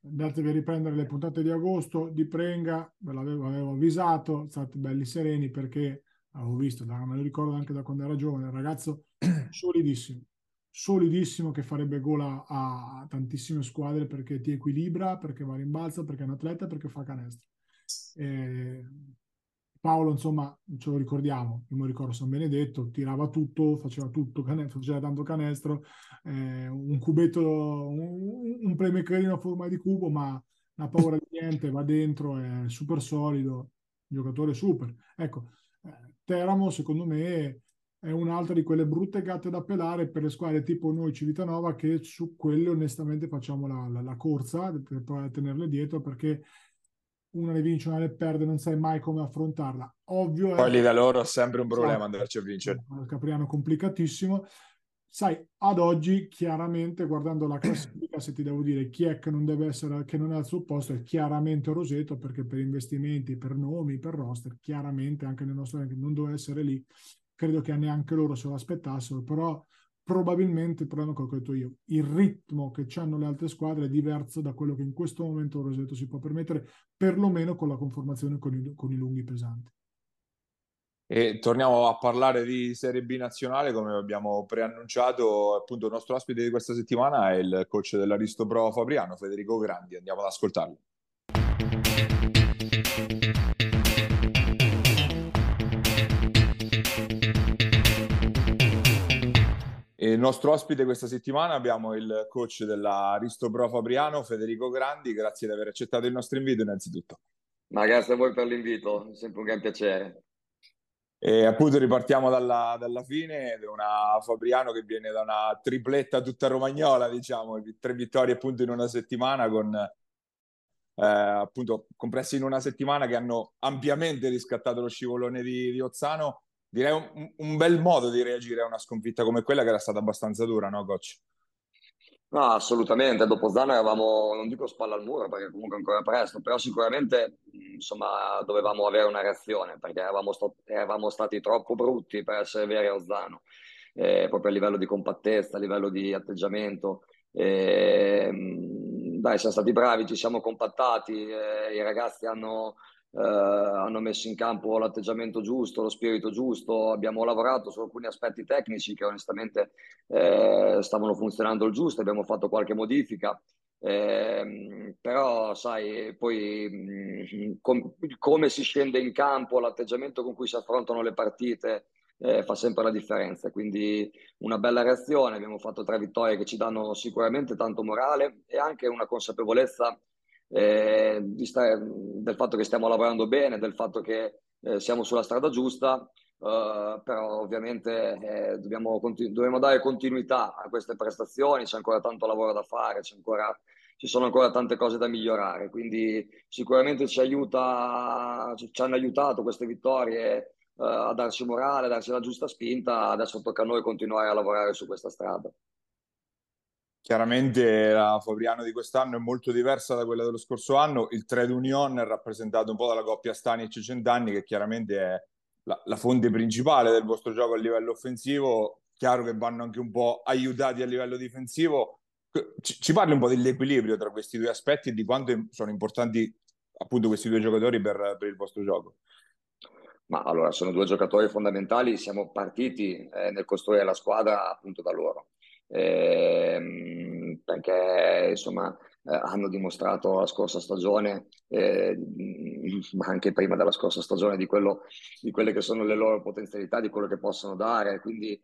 C: andatevi a riprendere le puntate di agosto di Prenga, ve l'avevo avevo avvisato, state belli sereni perché avevo visto, da- me lo ricordo anche da quando era giovane, il ragazzo solidissimo, solidissimo che farebbe gola a, a tantissime squadre perché ti equilibra, perché va a rimbalzo, perché è un atleta, perché fa canestro. E Paolo, insomma, ce lo ricordiamo, io mi ricordo San Benedetto, tirava tutto, faceva tutto, canestro, faceva tanto canestro, eh, un cubetto, un, un playmakerino a forma di cubo, ma una paura di niente, va dentro, è super solido, giocatore super. Ecco, eh, Teramo, secondo me, è un'altra di quelle brutte gatte da pelare per le squadre tipo noi Civitanova che su quelle onestamente facciamo la, la, la corsa per poi tenerle dietro perché una ne vince, una ne perde, non sai mai come affrontarla. Ovvio
B: Poi
C: è,
B: lì da loro è sempre un problema
C: esatto,
B: andarci a vincere.
C: il Capriano complicatissimo. Sai, ad oggi, chiaramente, guardando la classifica, se ti devo dire chi è che non deve essere, che non è al suo posto, è chiaramente Roseto, perché per investimenti, per nomi, per roster, chiaramente anche nel nostro elenco non doveva essere lì. Credo che neanche loro se lo aspettassero, però probabilmente il problema che ho detto io, il ritmo che hanno le altre squadre è diverso da quello che in questo momento Roseto si può permettere, perlomeno con la conformazione con i, con i lunghi pesanti.
B: E torniamo a parlare di Serie B nazionale, come abbiamo preannunciato, appunto il nostro ospite di questa settimana è il coach dell'Aristo Pro Fabriano, Federico Grandi. Andiamo ad ascoltarlo. E il nostro ospite questa settimana abbiamo il coach dell'Aristo Pro Fabriano, Federico Grandi. Grazie di aver accettato il nostro invito innanzitutto.
D: Ma grazie a voi per l'invito, è sempre un gran piacere.
B: E appunto ripartiamo dalla, dalla fine, da una Fabriano che viene da una tripletta tutta romagnola, diciamo, tre vittorie appunto in una settimana con eh, appunto compresse in una settimana che hanno ampiamente riscattato lo scivolone di, di Ozzano. Direi un, un bel modo di reagire a una sconfitta come quella che era stata abbastanza dura, no, coach?
D: No, assolutamente, dopo Zana eravamo, non dico spalla al muro perché comunque è ancora presto, però sicuramente mh, insomma dovevamo avere una reazione perché eravamo, sto- eravamo stati troppo brutti per essere veri a Ozzano, eh, proprio a livello di compattezza, a livello di atteggiamento. E, mh, dai, siamo stati bravi, ci siamo compattati, eh, i ragazzi hanno, eh, hanno messo in campo l'atteggiamento giusto, lo spirito giusto, abbiamo lavorato su alcuni aspetti tecnici che onestamente eh, stavano funzionando il giusto, abbiamo fatto qualche modifica, eh, però sai, poi mh, com- come si scende in campo, l'atteggiamento con cui si affrontano le partite eh, fa sempre la differenza, quindi una bella reazione, abbiamo fatto tre vittorie che ci danno sicuramente tanto morale e anche una consapevolezza eh, di sta- del fatto che stiamo lavorando bene, del fatto che eh, siamo sulla strada giusta. Uh, però ovviamente eh, dobbiamo, continu- dobbiamo dare continuità a queste prestazioni, c'è ancora tanto lavoro da fare, c'è ancora, ci sono ancora tante cose da migliorare, quindi sicuramente ci aiuta, ci, ci hanno aiutato queste vittorie uh, a darci morale, a darci la giusta spinta, adesso tocca a noi continuare a lavorare su questa strada.
B: Chiaramente la Fabriano di quest'anno è molto diversa da quella dello scorso anno. Il trade union è rappresentato un po' dalla coppia Stanic e Centanni, che chiaramente è la, la fonte principale del vostro gioco a livello offensivo. Chiaro che vanno anche un po' aiutati a livello difensivo. Ci, ci parli un po' dell'equilibrio tra questi due aspetti e di quanto sono importanti appunto questi due giocatori per, per il vostro gioco.
D: Ma allora sono due giocatori fondamentali, siamo partiti eh, nel costruire la squadra appunto da loro. Ehm, perché insomma eh, hanno dimostrato la scorsa stagione, eh, ma anche prima della scorsa stagione, di quello, di quelle che sono le loro potenzialità, di quello che possono dare. Quindi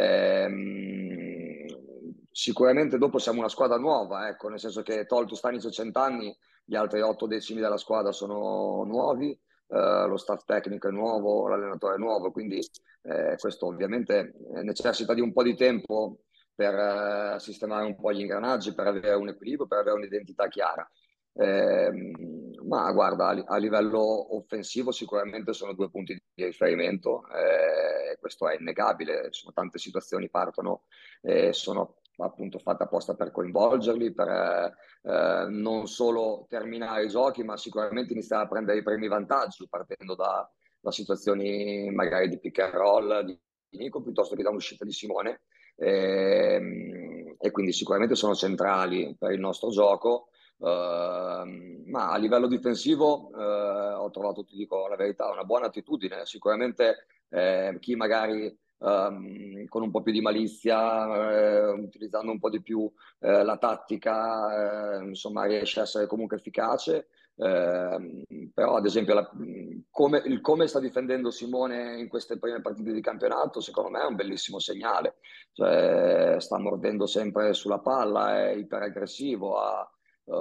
D: ehm, sicuramente dopo siamo una squadra nuova, ecco, nel senso che tolto Stanic e Centanni, gli altri otto decimi della squadra sono nuovi. Uh, lo staff tecnico è nuovo, l'allenatore è nuovo, quindi eh, questo ovviamente necessita di un po' di tempo per uh, sistemare un po' gli ingranaggi, per avere un equilibrio, per avere un'identità chiara. Eh, ma guarda, a, a livello offensivo sicuramente sono due punti di riferimento, eh, questo è innegabile, insomma, tante situazioni partono e sono appunto fatte apposta per coinvolgerli, per eh, non solo terminare i giochi, ma sicuramente iniziare a prendere i primi vantaggi partendo da, da situazioni magari di pick and roll di Nico piuttosto che da un'uscita di Simone. E, e quindi sicuramente sono centrali per il nostro gioco. Uh, ma a livello difensivo uh, ho trovato, ti dico la verità, una buona attitudine. Sicuramente eh, chi magari um, con un po' più di malizia, eh, utilizzando un po' di più eh, la tattica, eh, insomma riesce a essere comunque efficace. Eh, però ad esempio la, come, il come sta difendendo Simone in queste prime partite di campionato secondo me è un bellissimo segnale, cioè, sta mordendo sempre sulla palla, è iperaggressivo, ha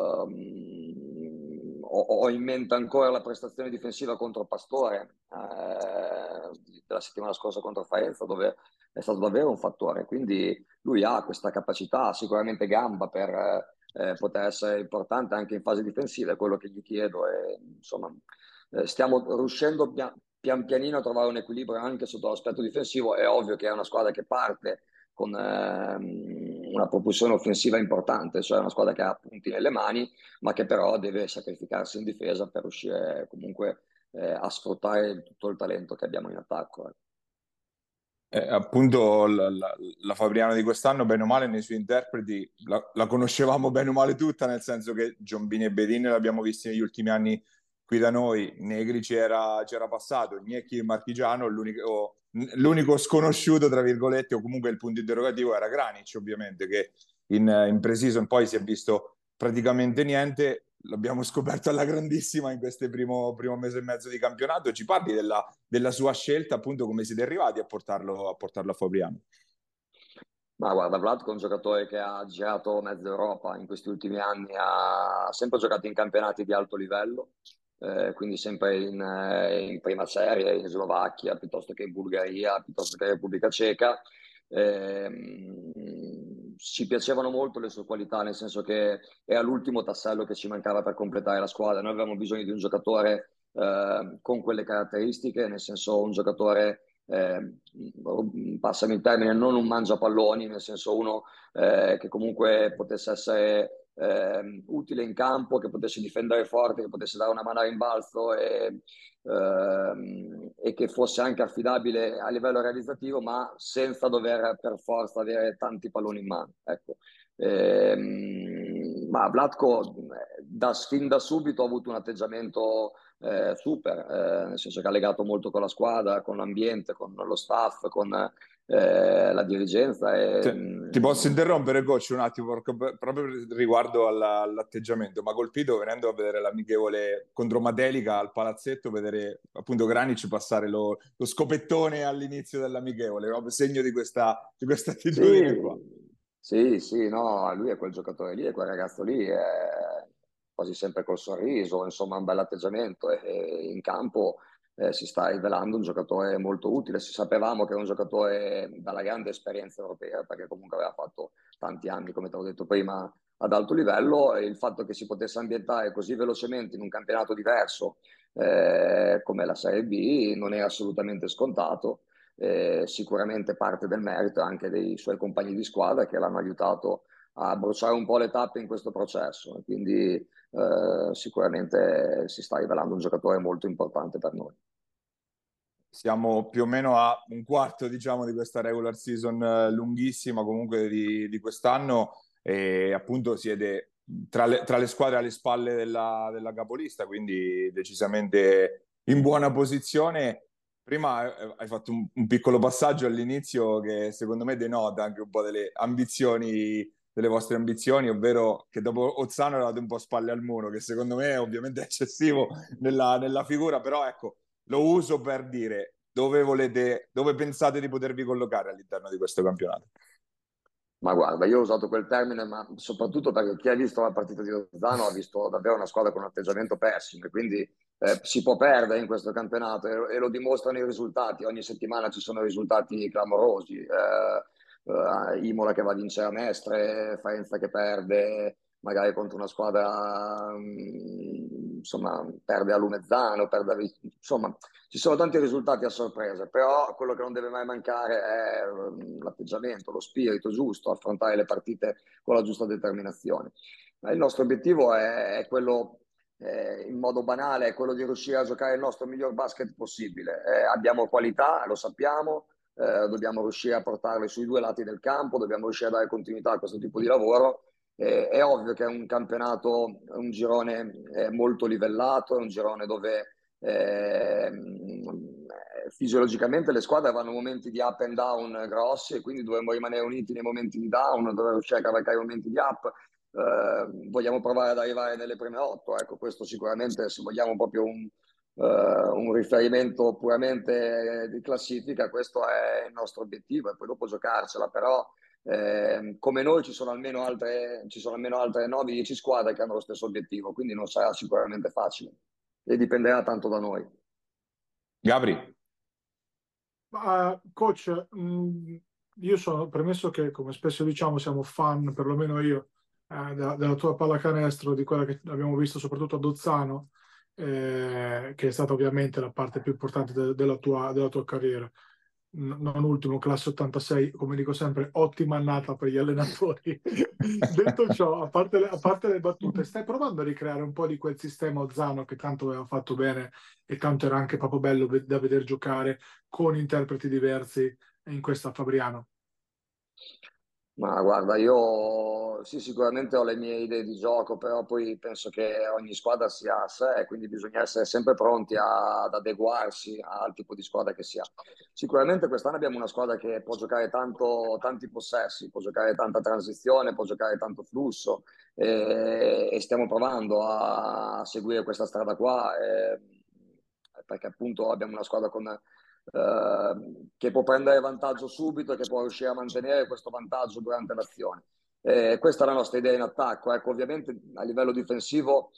D: Um, ho, ho in mente ancora la prestazione difensiva contro Pastore eh, della settimana scorsa contro Faenza, dove è stato davvero un fattore. Quindi lui ha questa capacità, sicuramente gamba per eh, poter essere importante anche in fase difensiva, è quello che gli chiedo. E, insomma, eh, stiamo riuscendo pian, pian pianino a trovare un equilibrio anche sotto l'aspetto difensivo. È ovvio che è una squadra che parte con ehm, una propulsione offensiva importante, cioè una squadra che ha punti nelle mani, ma che però deve sacrificarsi in difesa per riuscire comunque eh, a sfruttare tutto il talento che abbiamo in attacco.
B: Eh, appunto la, la, la Fabriano di quest'anno, bene o male, nei suoi interpreti la, la conoscevamo bene o male tutta, nel senso che Giombini e Bedin l'abbiamo visti negli ultimi anni qui da noi, Negri c'era, c'era passato, Gnecchi e Marchigiano, l'unico, l'unico sconosciuto, tra virgolette, o comunque il punto interrogativo era Granic, ovviamente, che in, in pre-season poi si è visto praticamente niente. L'abbiamo scoperto alla grandissima in questo primo, primo mese e mezzo di campionato. Ci parli della, della sua scelta, appunto, come siete arrivati a portarlo a, portarlo a Fabriano?
D: Ma guarda, Vlatko è un giocatore che ha girato mezza Europa in questi ultimi anni, ha sempre giocato in campionati di alto livello, eh, quindi sempre in, eh, in prima serie, in Slovacchia, piuttosto che in Bulgaria, piuttosto che in Repubblica Ceca. Eh, ci piacevano molto le sue qualità, nel senso che era l'ultimo tassello che ci mancava per completare la squadra. Noi avevamo bisogno di un giocatore eh, con quelle caratteristiche, nel senso un giocatore eh, passami il termine, non un mangiapalloni, nel senso uno eh, che comunque potesse essere eh, utile in campo, che potesse difendere forte, che potesse dare una mano a rimbalzo e, ehm, e che fosse anche affidabile a livello realizzativo, ma senza dover per forza avere tanti palloni in mano. Ecco. Ehm, ma Vlatko da, fin da subito ha avuto un atteggiamento eh, super, eh, nel senso che ha legato molto con la squadra, con l'ambiente, con lo staff, con eh, la dirigenza. E,
B: Ti, ti posso interrompere, coach, un attimo, proprio riguardo alla, all'atteggiamento. Ma colpito venendo a vedere l'amichevole contro Matelica al palazzetto, vedere appunto Granic passare lo, lo scopettone all'inizio dell'amichevole, proprio segno di questa, di questa attitudine
D: sì,
B: qua.
D: sì, sì, no, lui è quel giocatore lì, è quel ragazzo lì, è quasi sempre col sorriso, insomma, un bel atteggiamento e, e in campo eh, si sta rivelando un giocatore molto utile. Si sapevamo che era un giocatore dalla grande esperienza europea, perché comunque aveva fatto tanti anni, come ti ho detto prima, ad alto livello, e il fatto che si potesse ambientare così velocemente in un campionato diverso eh, come la Serie B non era assolutamente scontato. Eh, sicuramente parte del merito anche dei suoi compagni di squadra che l'hanno aiutato a bruciare un po' le tappe in questo processo. Quindi eh, sicuramente si sta rivelando un giocatore molto importante per noi.
B: Siamo più o meno a un quarto, diciamo, di questa regular season eh, lunghissima comunque di, di quest'anno e appunto siete tra le, tra le squadre alle spalle della, della capolista, quindi decisamente in buona posizione. Prima eh, hai fatto un, un piccolo passaggio all'inizio che secondo me denota anche un po' delle ambizioni, delle vostre ambizioni, ovvero che dopo Ozzano eravate un po' spalle al muro, che secondo me è ovviamente eccessivo nella, nella figura, però ecco, lo uso per dire dove volete, dove pensate di potervi collocare all'interno di questo campionato.
D: Ma guarda, io ho usato quel termine, ma soprattutto perché chi ha visto la partita di Lozano ha visto davvero una squadra con un atteggiamento pessimo e quindi eh, si può perdere in questo campionato e, e lo dimostrano i risultati. Ogni settimana ci sono risultati clamorosi. Eh, eh, Imola che va a vincere a Mestre, Faenza che perde magari contro una squadra, mh, insomma, perde a Lumezzano, perde a, insomma, ci sono tanti risultati a sorpresa, però quello che non deve mai mancare è um, l'atteggiamento, lo spirito giusto, affrontare le partite con la giusta determinazione. Ma il nostro obiettivo è, è quello, eh, in modo banale, è quello di riuscire a giocare il nostro miglior basket possibile. Eh, abbiamo qualità, lo sappiamo, eh, dobbiamo riuscire a portarle sui due lati del campo, dobbiamo riuscire a dare continuità a questo tipo di lavoro Eh, è ovvio che è un campionato, un girone eh, molto livellato, è un girone dove eh, fisiologicamente le squadre vanno momenti di up and down grossi e quindi dobbiamo rimanere uniti nei momenti di down, dover riuscire a cavalcare i momenti di up. Eh, vogliamo provare ad arrivare nelle prime otto, ecco, questo sicuramente, se vogliamo proprio un, eh, un riferimento puramente di classifica, questo è il nostro obiettivo e poi dopo giocarcela, però eh, come noi ci sono almeno altre, ci sono almeno altre nove dieci squadre che hanno lo stesso obiettivo, quindi non sarà sicuramente facile e dipenderà tanto da noi.
B: Gabri?
C: Ma, coach, mh, io sono premesso che, come spesso diciamo, siamo fan, perlomeno io, eh, della, della tua pallacanestro, di quella che abbiamo visto soprattutto a Dozzano, eh, che è stata ovviamente la parte più importante de- della tua, della tua carriera. N- non ultimo, classe ottantasei, come dico sempre, ottima annata per gli allenatori. Detto ciò, a parte, le, a parte le battute, stai provando a ricreare un po' di quel sistema Ozzano che tanto aveva fatto bene e tanto era anche proprio bello ve- da vedere giocare con interpreti diversi in questa Fabriano.
D: Ma guarda, io sì, sicuramente ho le mie idee di gioco, però poi penso che ogni squadra sia a sé, quindi bisogna essere sempre pronti a- ad adeguarsi al tipo di squadra che sia. Sicuramente quest'anno abbiamo una squadra che può giocare tanto, tanti possessi, può giocare tanta transizione, può giocare tanto flusso e, e stiamo provando a seguire questa strada qua, eh, perché appunto abbiamo una squadra con eh, che può prendere vantaggio subito e che può riuscire a mantenere questo vantaggio durante l'azione. Eh, questa è la nostra idea in attacco. Ecco, ovviamente a livello difensivo,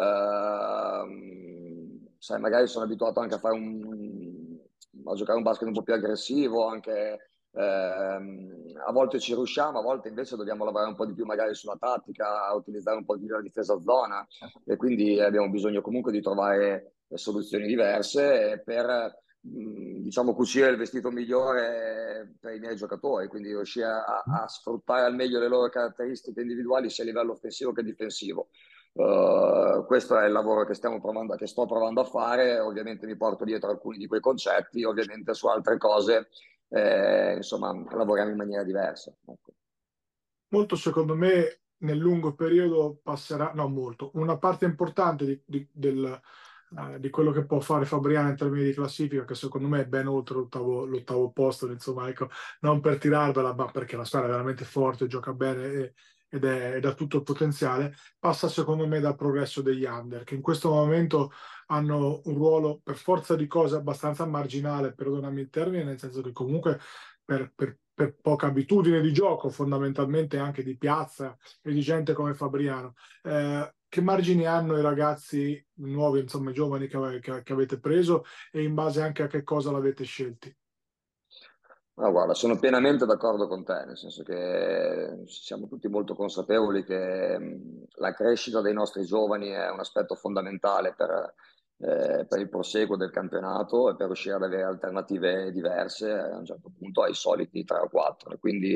D: ehm, sai, magari sono abituato anche a fare un, a giocare un basket un po' più aggressivo, anche ehm, a volte ci riusciamo, a volte invece dobbiamo lavorare un po' di più magari sulla tattica, a utilizzare un po' di più la difesa a zona e quindi abbiamo bisogno comunque di trovare soluzioni diverse per diciamo, cucire il vestito migliore per i miei giocatori, quindi riuscire a, a sfruttare al meglio le loro caratteristiche individuali sia a livello offensivo che difensivo. Uh, questo è il lavoro che stiamo provando, che sto provando a fare. Ovviamente mi porto dietro alcuni di quei concetti, ovviamente su altre cose, eh, insomma, lavoriamo in maniera diversa. Ecco.
C: Molto, secondo me, nel lungo periodo passerà, no molto, una parte importante di, di- del, eh, di quello che può fare Fabriano in termini di classifica, che secondo me è ben oltre l'ottavo, l'ottavo posto, insomma, ecco, non per tirarvela, ma perché la squadra è veramente forte, gioca bene e- ed è, ed ha tutto il potenziale, passa secondo me dal progresso degli under, che in questo momento hanno un ruolo per forza di cose abbastanza marginale, perdonami il termine, nel senso che comunque per, per- per poca abitudine di gioco, fondamentalmente anche di piazza e di gente come Fabriano. Eh, che margini hanno i ragazzi nuovi, insomma, i giovani che, ave- che- che avete preso e in base anche a che cosa l'avete scelti?
D: No, guarda, sono pienamente d'accordo con te, nel senso che siamo tutti molto consapevoli che mh, la crescita dei nostri giovani è un aspetto fondamentale per, eh, per il proseguo del campionato e per riuscire ad avere alternative diverse eh, a un certo punto ai soliti tre o quattro. Quindi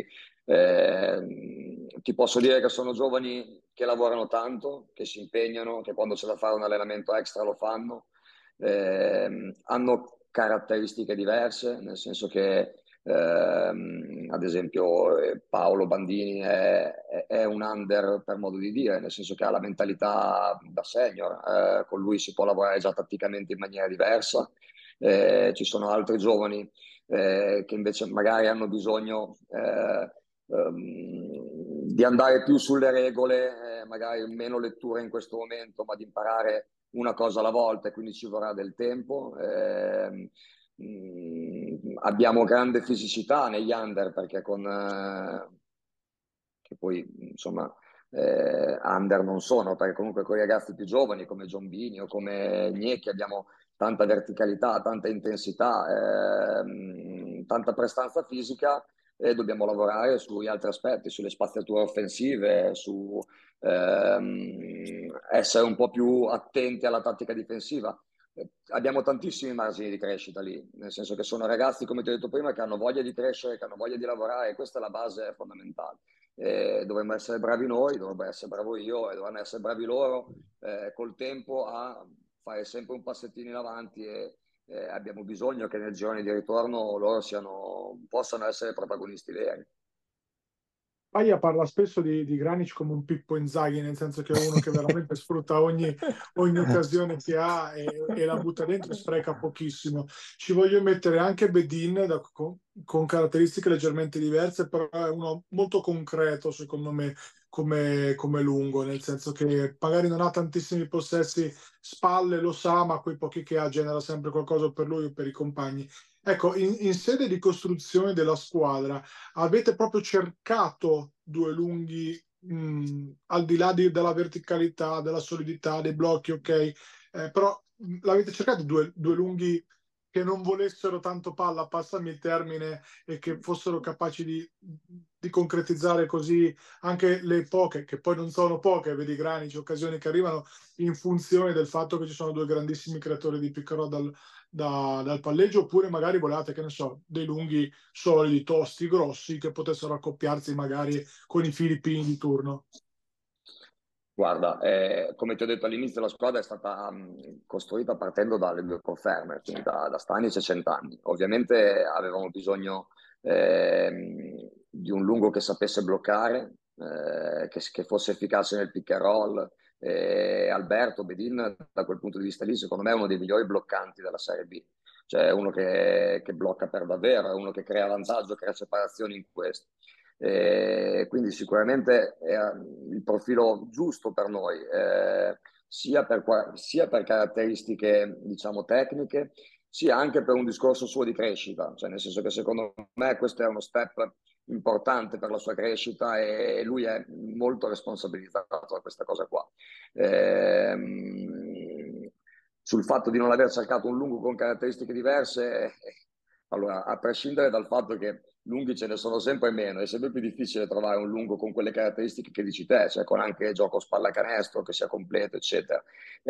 D: eh, ti posso dire che sono giovani che lavorano tanto, che si impegnano, che quando c'è da fare un allenamento extra lo fanno, eh, hanno caratteristiche diverse, nel senso che Ehm, ad esempio, eh, Paolo Bandini è, è- è un under per modo di dire, nel senso che ha la mentalità da senior, eh, con lui si può lavorare già tatticamente in maniera diversa. Eh, ci sono altri giovani eh, che invece magari hanno bisogno eh, ehm, di andare più sulle regole, eh, magari meno letture in questo momento, ma di imparare una cosa alla volta e quindi ci vorrà del tempo. Ehm, Mm, abbiamo grande fisicità negli under perché con eh, che poi insomma eh, under non sono perché comunque con i ragazzi più giovani come Giombini o come Gnecchi abbiamo tanta verticalità, tanta intensità, ehm, tanta prestanza fisica e dobbiamo lavorare sugli altri aspetti, sulle spaziature offensive, su ehm, essere un po' più attenti alla tattica difensiva. Eh, Abbiamo tantissimi margini di crescita lì, nel senso che sono ragazzi, come ti ho detto prima, che hanno voglia di crescere, che hanno voglia di lavorare e questa è la base fondamentale. Eh, dovremmo essere bravi noi, dovrebbe essere bravo io e dovranno essere bravi loro eh, col tempo a fare sempre un passettino in avanti e eh, abbiamo bisogno che nel girone di ritorno loro siano, possano essere protagonisti veri.
C: Paia parla spesso di, di Granic come un Pippo Inzaghi, nel senso che è uno che veramente sfrutta ogni, ogni occasione che ha e, e la butta dentro e spreca pochissimo. Ci voglio mettere anche Bedin da, con, con caratteristiche leggermente diverse, però è uno molto concreto secondo me come, come lungo, nel senso che magari non ha tantissimi possessi, spalle, lo sa, ma quei pochi che ha genera sempre qualcosa per lui o per i compagni. Ecco, in, in sede di costruzione della squadra, avete proprio cercato due lunghi, mh, al di là di- della verticalità, della solidità, dei blocchi, ok? Eh, però mh, l'avete cercato due, due lunghi che non volessero tanto palla, passami il termine, e che fossero capaci di, di concretizzare così anche le poche, che poi non sono poche, vedi Granic, occasioni che arrivano in funzione del fatto che ci sono due grandissimi creatori di pick and roll dal, da- dal palleggio, oppure magari volevate, che ne so, dei lunghi solidi, tosti, grossi, che potessero accoppiarsi magari con i filippini di turno.
D: Guarda, eh, come ti ho detto all'inizio, la squadra è stata mh, costruita partendo dalle due conferme, quindi da, da Stanic e Centanni. Ovviamente avevamo bisogno ehm, di un lungo che sapesse bloccare, eh, che, che fosse efficace nel pick and roll. E Alberto Bedin, da quel punto di vista lì, secondo me è uno dei migliori bloccanti della Serie B. Cioè è uno che, che blocca per davvero, è uno che crea vantaggio, crea separazioni in questo. E quindi sicuramente è il profilo giusto per noi, eh, sia per, sia per caratteristiche, diciamo, tecniche, sia anche per un discorso suo di crescita, cioè nel senso che secondo me questo è uno step importante per la sua crescita e lui è molto responsabilizzato da questa cosa qua. Ehm, sul fatto di non aver cercato un lungo con caratteristiche diverse, allora, a prescindere dal fatto che lunghi ce ne sono sempre meno, è sempre più difficile trovare un lungo con quelle caratteristiche che dici te, cioè con anche gioco spallacanestro che sia completo, eccetera.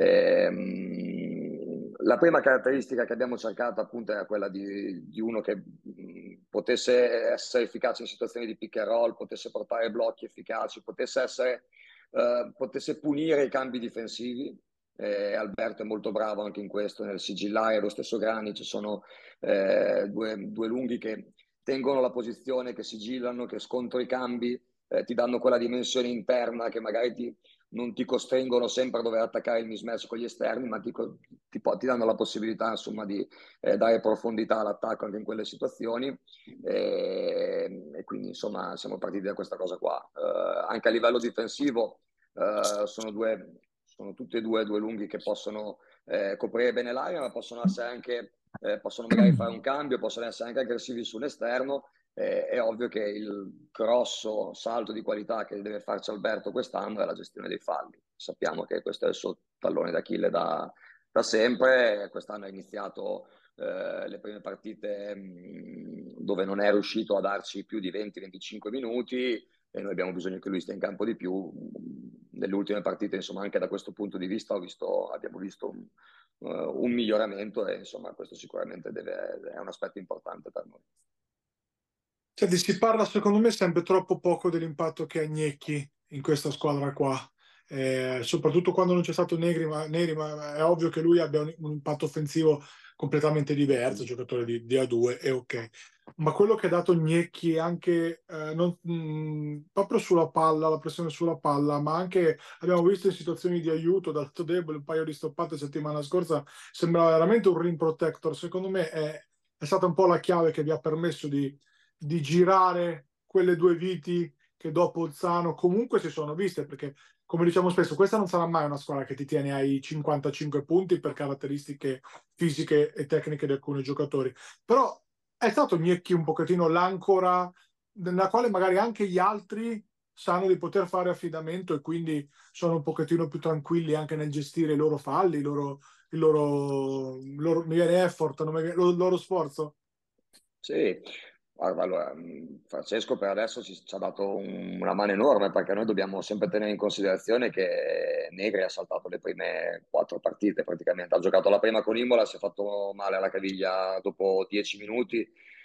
D: Ehm, la prima caratteristica che abbiamo cercato appunto era quella di, di uno che mh, potesse essere efficace in situazioni di pick and roll, potesse portare blocchi efficaci, potesse essere, eh, potesse punire i cambi difensivi. Eh, Alberto è molto bravo anche in questo, nel sigillare. Lo stesso Granic, sono eh, due, due lunghi che tengono la posizione, che sigillano, che scontro i cambi, eh, ti danno quella dimensione interna che magari ti, non ti costringono sempre a dover attaccare il mismatch con gli esterni, ma ti, ti, ti danno la possibilità, insomma, di eh, dare profondità all'attacco anche in quelle situazioni. E, e quindi insomma siamo partiti da questa cosa qua. Eh, anche a livello difensivo eh, sono due sono tutti e due due lunghi che possono eh, coprire bene l'area, ma possono essere anche eh, possono magari fare un cambio, possono essere anche aggressivi sull'esterno. Eh, è ovvio che il grosso salto di qualità che deve farci Alberto quest'anno è la gestione dei falli. Sappiamo che questo è il suo tallone d'Achille da, da sempre. Quest'anno ha iniziato eh, le prime partite mh, dove non è riuscito a darci più di venti venticinque minuti, e noi abbiamo bisogno che lui stia in campo di più. Nelle ultime partite, insomma, anche da questo punto di vista ho visto, abbiamo visto un, uh, un miglioramento, e insomma questo sicuramente deve, è un aspetto importante per noi.
C: Senti, si parla secondo me sempre troppo poco dell'impatto che ha Gnecchi in questa squadra qua, eh, soprattutto quando non c'è stato Negri, ma, Neri, ma è ovvio che lui abbia un, un impatto offensivo completamente diverso, giocatore di, di A due, è ok. Ma quello che ha dato Gnecchi anche eh, non, mh, proprio sulla palla, la pressione sulla palla, ma anche abbiamo visto in situazioni di aiuto dal lato debole, un paio di stoppate settimana scorsa, sembrava veramente un rim protector. Secondo me è, è stata un po' la chiave che vi ha permesso di di girare quelle due viti che dopo Ozzano comunque si sono viste, perché come diciamo spesso questa non sarà mai una squadra che ti tiene ai cinquantacinque punti per caratteristiche fisiche e tecniche di alcuni giocatori, però è stato Gnecchi un pochettino l'ancora nella quale magari anche gli altri sanno di poter fare affidamento e quindi sono un pochettino più tranquilli anche nel gestire i loro falli, il loro, il loro, il loro, mi viene effort, non mi viene, il loro sforzo.
D: Sì, guarda, allora, Francesco per adesso ci, ci ha dato un, una mano enorme, perché noi dobbiamo sempre tenere in considerazione che Negri ha saltato le prime quattro partite praticamente. Ha giocato la prima con Imola, si è fatto male alla caviglia dopo dieci minuti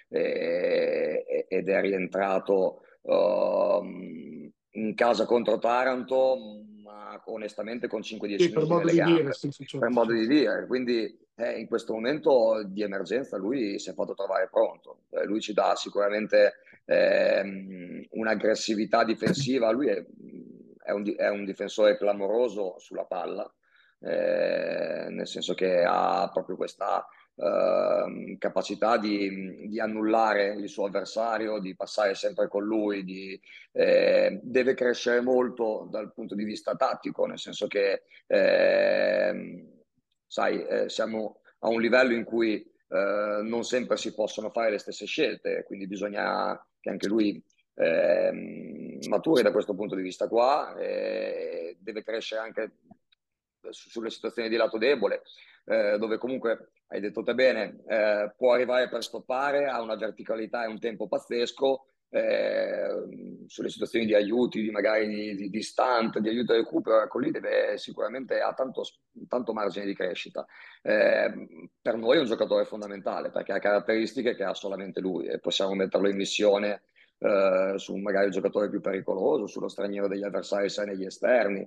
D: e, ed è rientrato uh, in casa contro Taranto, ma onestamente con cinque dieci
C: Sì, per
D: minuti
C: modo
D: nelle
C: di dire,
D: gambe,
C: sì, sì,
D: per
C: certo,
D: modo di
C: certo.
D: dire. Quindi eh, in questo momento di emergenza lui si è fatto trovare pronto. Eh, lui ci dà sicuramente ehm, un'aggressività difensiva. Lui è, è un, di- è un difensore clamoroso sulla palla, eh, nel senso che ha proprio questa ehm, capacità di, di annullare il suo avversario, di passare sempre con lui, di, eh, deve crescere molto dal punto di vista tattico, nel senso che ehm, sai, eh, siamo a un livello in cui eh, non sempre si possono fare le stesse scelte, quindi bisogna che anche lui ehm, maturi da questo punto di vista qua, e deve crescere anche su- sulle situazioni di lato debole, eh, dove comunque, hai detto te bene, eh, può arrivare per stoppare, ha una verticalità e un tempo pazzesco, eh, sulle situazioni di aiuti, di magari di, di, di stunt, di aiuto al recupero, ecco lì deve sicuramente ha tanto, tanto margine di crescita. Eh, per noi è un giocatore fondamentale perché ha caratteristiche che ha solamente lui e possiamo metterlo in missione eh, su magari il giocatore più pericoloso, sullo straniero degli avversari sai negli esterni,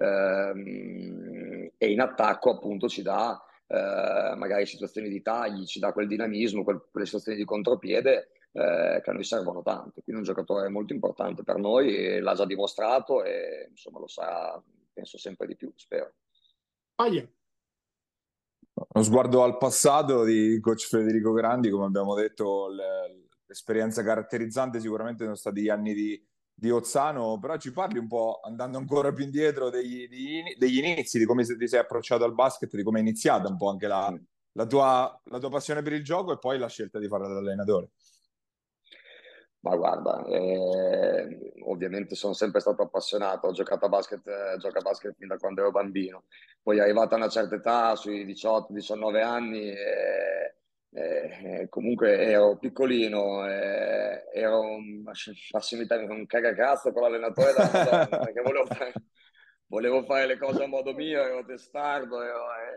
D: ehm, e in attacco appunto ci dà eh, magari situazioni di tagli, ci dà quel dinamismo, quel- quelle situazioni di contropiede eh, che a noi servono tanto. Quindi è un giocatore molto importante per noi, e l'ha già dimostrato e insomma lo sarà, penso, sempre di più, spero.
C: Paglia.
B: Uno sguardo al passato di coach Federico Grandi, come abbiamo detto, le- l'esperienza caratterizzante sicuramente sono stati gli anni di, di Ozzano, però ci parli un po', andando ancora più indietro, degli, degli, degli inizi, di come ti sei approcciato al basket, di come è iniziata un po' anche la,
D: Mm.
B: la tua, la tua passione per il gioco e poi la scelta di fare l'allenatore.
D: Ma guarda, eh, ovviamente sono sempre stato appassionato, ho giocato a basket, eh, gioco a basket fin da quando ero bambino, poi arrivata a una certa età, sui diciotto diciannove anni, eh, eh, comunque ero piccolino, eh, ero un, passami il termine, un cagacazzo con l'allenatore della Madonna, perché volevo fare, volevo fare le cose a modo mio, ero testardo, ero, eh,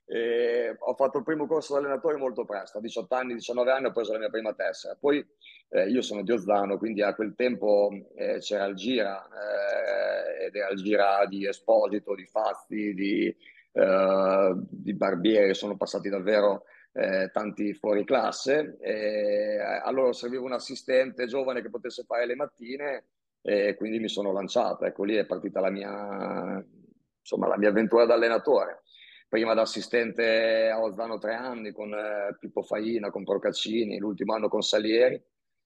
D: e ho fatto il primo corso da allenatore molto presto, a diciotto anni, diciannove anni ho preso la mia prima tessera. Poi eh, io sono di Ozzano, quindi a quel tempo eh, c'era il Gira, eh, ed era il Gira di Esposito, di Fazzi, di, eh, di Barbieri, sono passati davvero eh, tanti fuori classe. E, eh, allora serviva un assistente giovane che potesse fare le mattine e quindi mi sono lanciato. Ecco, lì è partita la mia, insomma, la mia avventura da allenatore. Prima da assistente a Ozzano tre anni con eh, Pippo Faina, con Procaccini, l'ultimo anno con Salieri,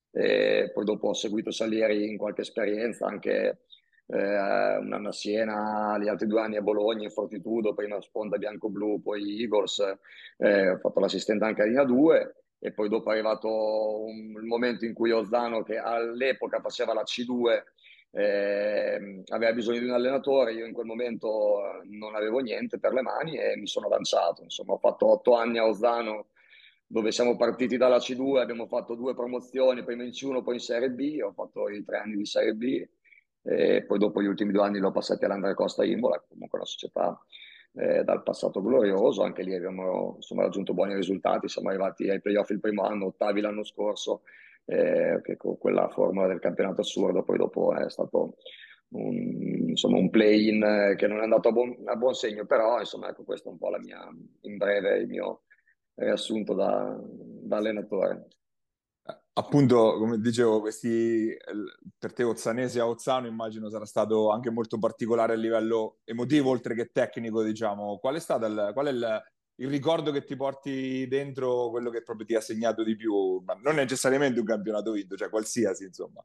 D: e poi dopo ho seguito Salieri in qualche esperienza, anche eh, un anno a Siena, gli altri due anni a Bologna, in Fortitudo, prima sponda bianco-blu, poi Eagles, eh, ho fatto l'assistente anche a Rina due, e poi dopo è arrivato un, il momento in cui Ozzano, che all'epoca faceva la C due, eh, aveva bisogno di un allenatore. Io in quel momento non avevo niente per le mani e mi sono lanciato. Insomma, ho fatto otto anni a Ozzano, dove siamo partiti dalla C due, abbiamo fatto due promozioni, prima in C uno, poi in Serie B. Ho fatto i tre anni di Serie B e poi dopo gli ultimi due anni l'ho passati all'Andrea Costa Imola, comunque una società eh, dal passato glorioso. Anche lì abbiamo insomma raggiunto buoni risultati, siamo arrivati ai playoff il primo anno, ottavi l'anno scorso, eh, che con quella formula del campionato assurdo, poi dopo è stato un, insomma, un play-in eh, che non è andato a buon, a buon segno, però insomma ecco, questo è un po' la mia, in breve, il mio riassunto da, da allenatore.
B: Appunto, come dicevo, questi eh, per te Ozzanese a Ozzano immagino sarà stato anche molto particolare a livello emotivo, oltre che tecnico, diciamo. Qual è stato il, qual è il, il ricordo che ti porti dentro, quello che proprio ti ha segnato di più? Ma non necessariamente un campionato vinto, cioè qualsiasi, insomma.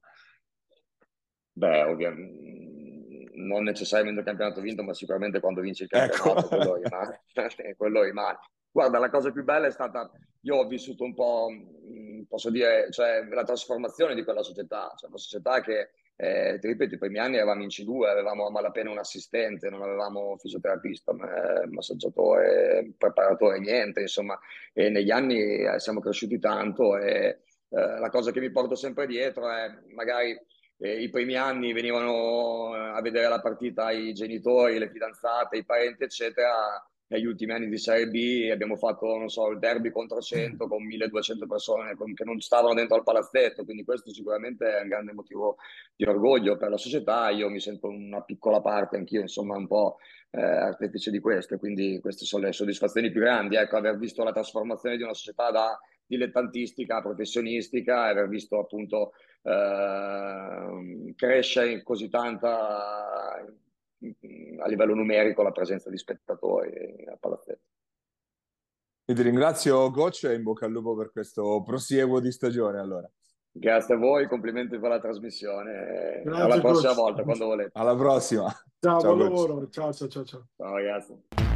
D: Beh, ovviamente non necessariamente il campionato vinto, ma sicuramente quando vinci il
B: Ecco.
D: campionato, quello rimane. quello rimane. Guarda, la cosa più bella è stata, io ho vissuto un po', mh, posso dire, cioè, la trasformazione di quella società, cioè una società che, eh, ti ripeto, i primi anni eravamo in C due, avevamo a malapena un assistente, non avevamo fisioterapista, ma- massaggiatore, preparatore, niente, insomma, e negli anni eh, siamo cresciuti tanto e eh, la cosa che mi porto sempre dietro è magari eh, i primi anni venivano eh, a vedere la partita i genitori, le fidanzate, i parenti, eccetera. Negli ultimi anni di Serie B abbiamo fatto, non so, il derby contro cento con milleduecento persone con- che non stavano dentro al palazzetto, quindi questo sicuramente è un grande motivo di orgoglio per la società. Io mi sento una piccola parte, anch'io, insomma, un po' eh, artefice di questo, e quindi queste sono le soddisfazioni più grandi, ecco, aver visto la trasformazione di una società da dilettantistica, professionistica, e aver visto appunto eh, cresce così tanta a livello numerico la presenza di spettatori a palazzetto.
B: Io ti ringrazio, coach, e in bocca al lupo per questo prosieguo di stagione, allora.
D: Grazie a voi, complimenti per la trasmissione.
C: Grazie,
D: Alla prossima
C: coach.
D: volta, quando volete.
B: Alla prossima.
C: Ciao,
B: Ciao,
C: buon
B: coach.
C: lavoro. Ciao, ciao, ciao, ciao.
D: Ciao ragazzi.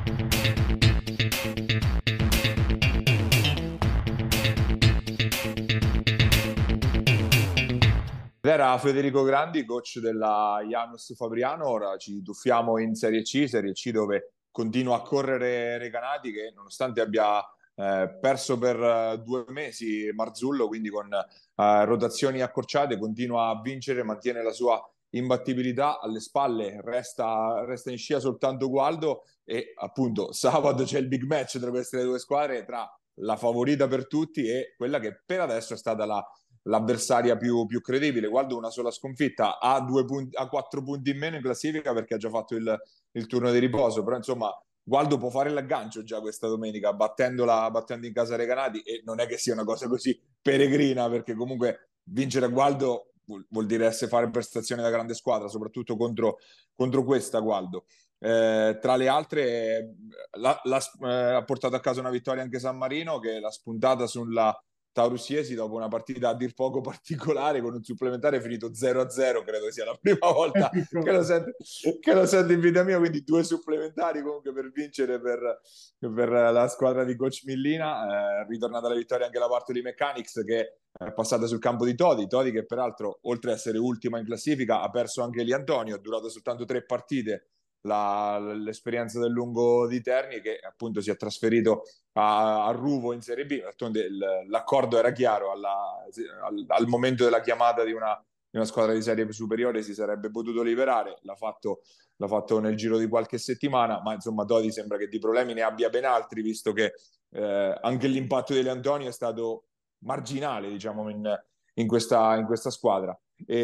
B: Era Federico Grandi, coach della Janus Fabriano. Ora ci tuffiamo in Serie C, Serie C dove continua a correre Recanati, che nonostante abbia eh, perso per eh, due mesi Marzullo, quindi con eh, rotazioni accorciate, continua a vincere, mantiene la sua imbattibilità. Alle spalle resta, resta in scia soltanto Gualdo, e appunto sabato c'è il big match tra queste due squadre, tra la favorita per tutti e quella che per adesso è stata la l'avversaria più, più credibile. Guardo una sola sconfitta, ha, due punti, ha quattro punti in meno in classifica perché ha già fatto il, il turno di riposo, però insomma Gualdo può fare l'aggancio già questa domenica battendola, battendo in casa Recanati, e non è che sia una cosa così peregrina, perché comunque vincere a Gualdo vuol, vuol dire essere fare prestazione da grande squadra, soprattutto contro, contro questa Gualdo. Eh, tra le altre la, la, eh, ha portato a casa una vittoria anche San Marino, che l'ha spuntata sulla Taurus Iesi dopo una partita a dir poco particolare, con un supplementare finito zero a zero. Credo sia la prima volta che lo, sento, che lo sento in vita mia, quindi due supplementari comunque per vincere per, per la squadra di coach Millina. Eh, ritornata la vittoria anche la parte di Mechanics, che è passata sul campo di Todi Todi che peraltro, oltre ad essere ultima in classifica, ha perso anche Li Antonio, ha durato soltanto tre partite La, l'esperienza del lungo di Terni, che appunto si è trasferito a, a Ruvo in Serie B. L'accordo era chiaro alla, al, al momento della chiamata di una, di una squadra di serie superiore, si sarebbe potuto liberare. L'ha fatto, l'ha fatto nel giro di qualche settimana, ma insomma Todi sembra che di problemi ne abbia ben altri, visto che eh, anche l'impatto di Antonio è stato marginale, diciamo, in, in, questa, in questa squadra.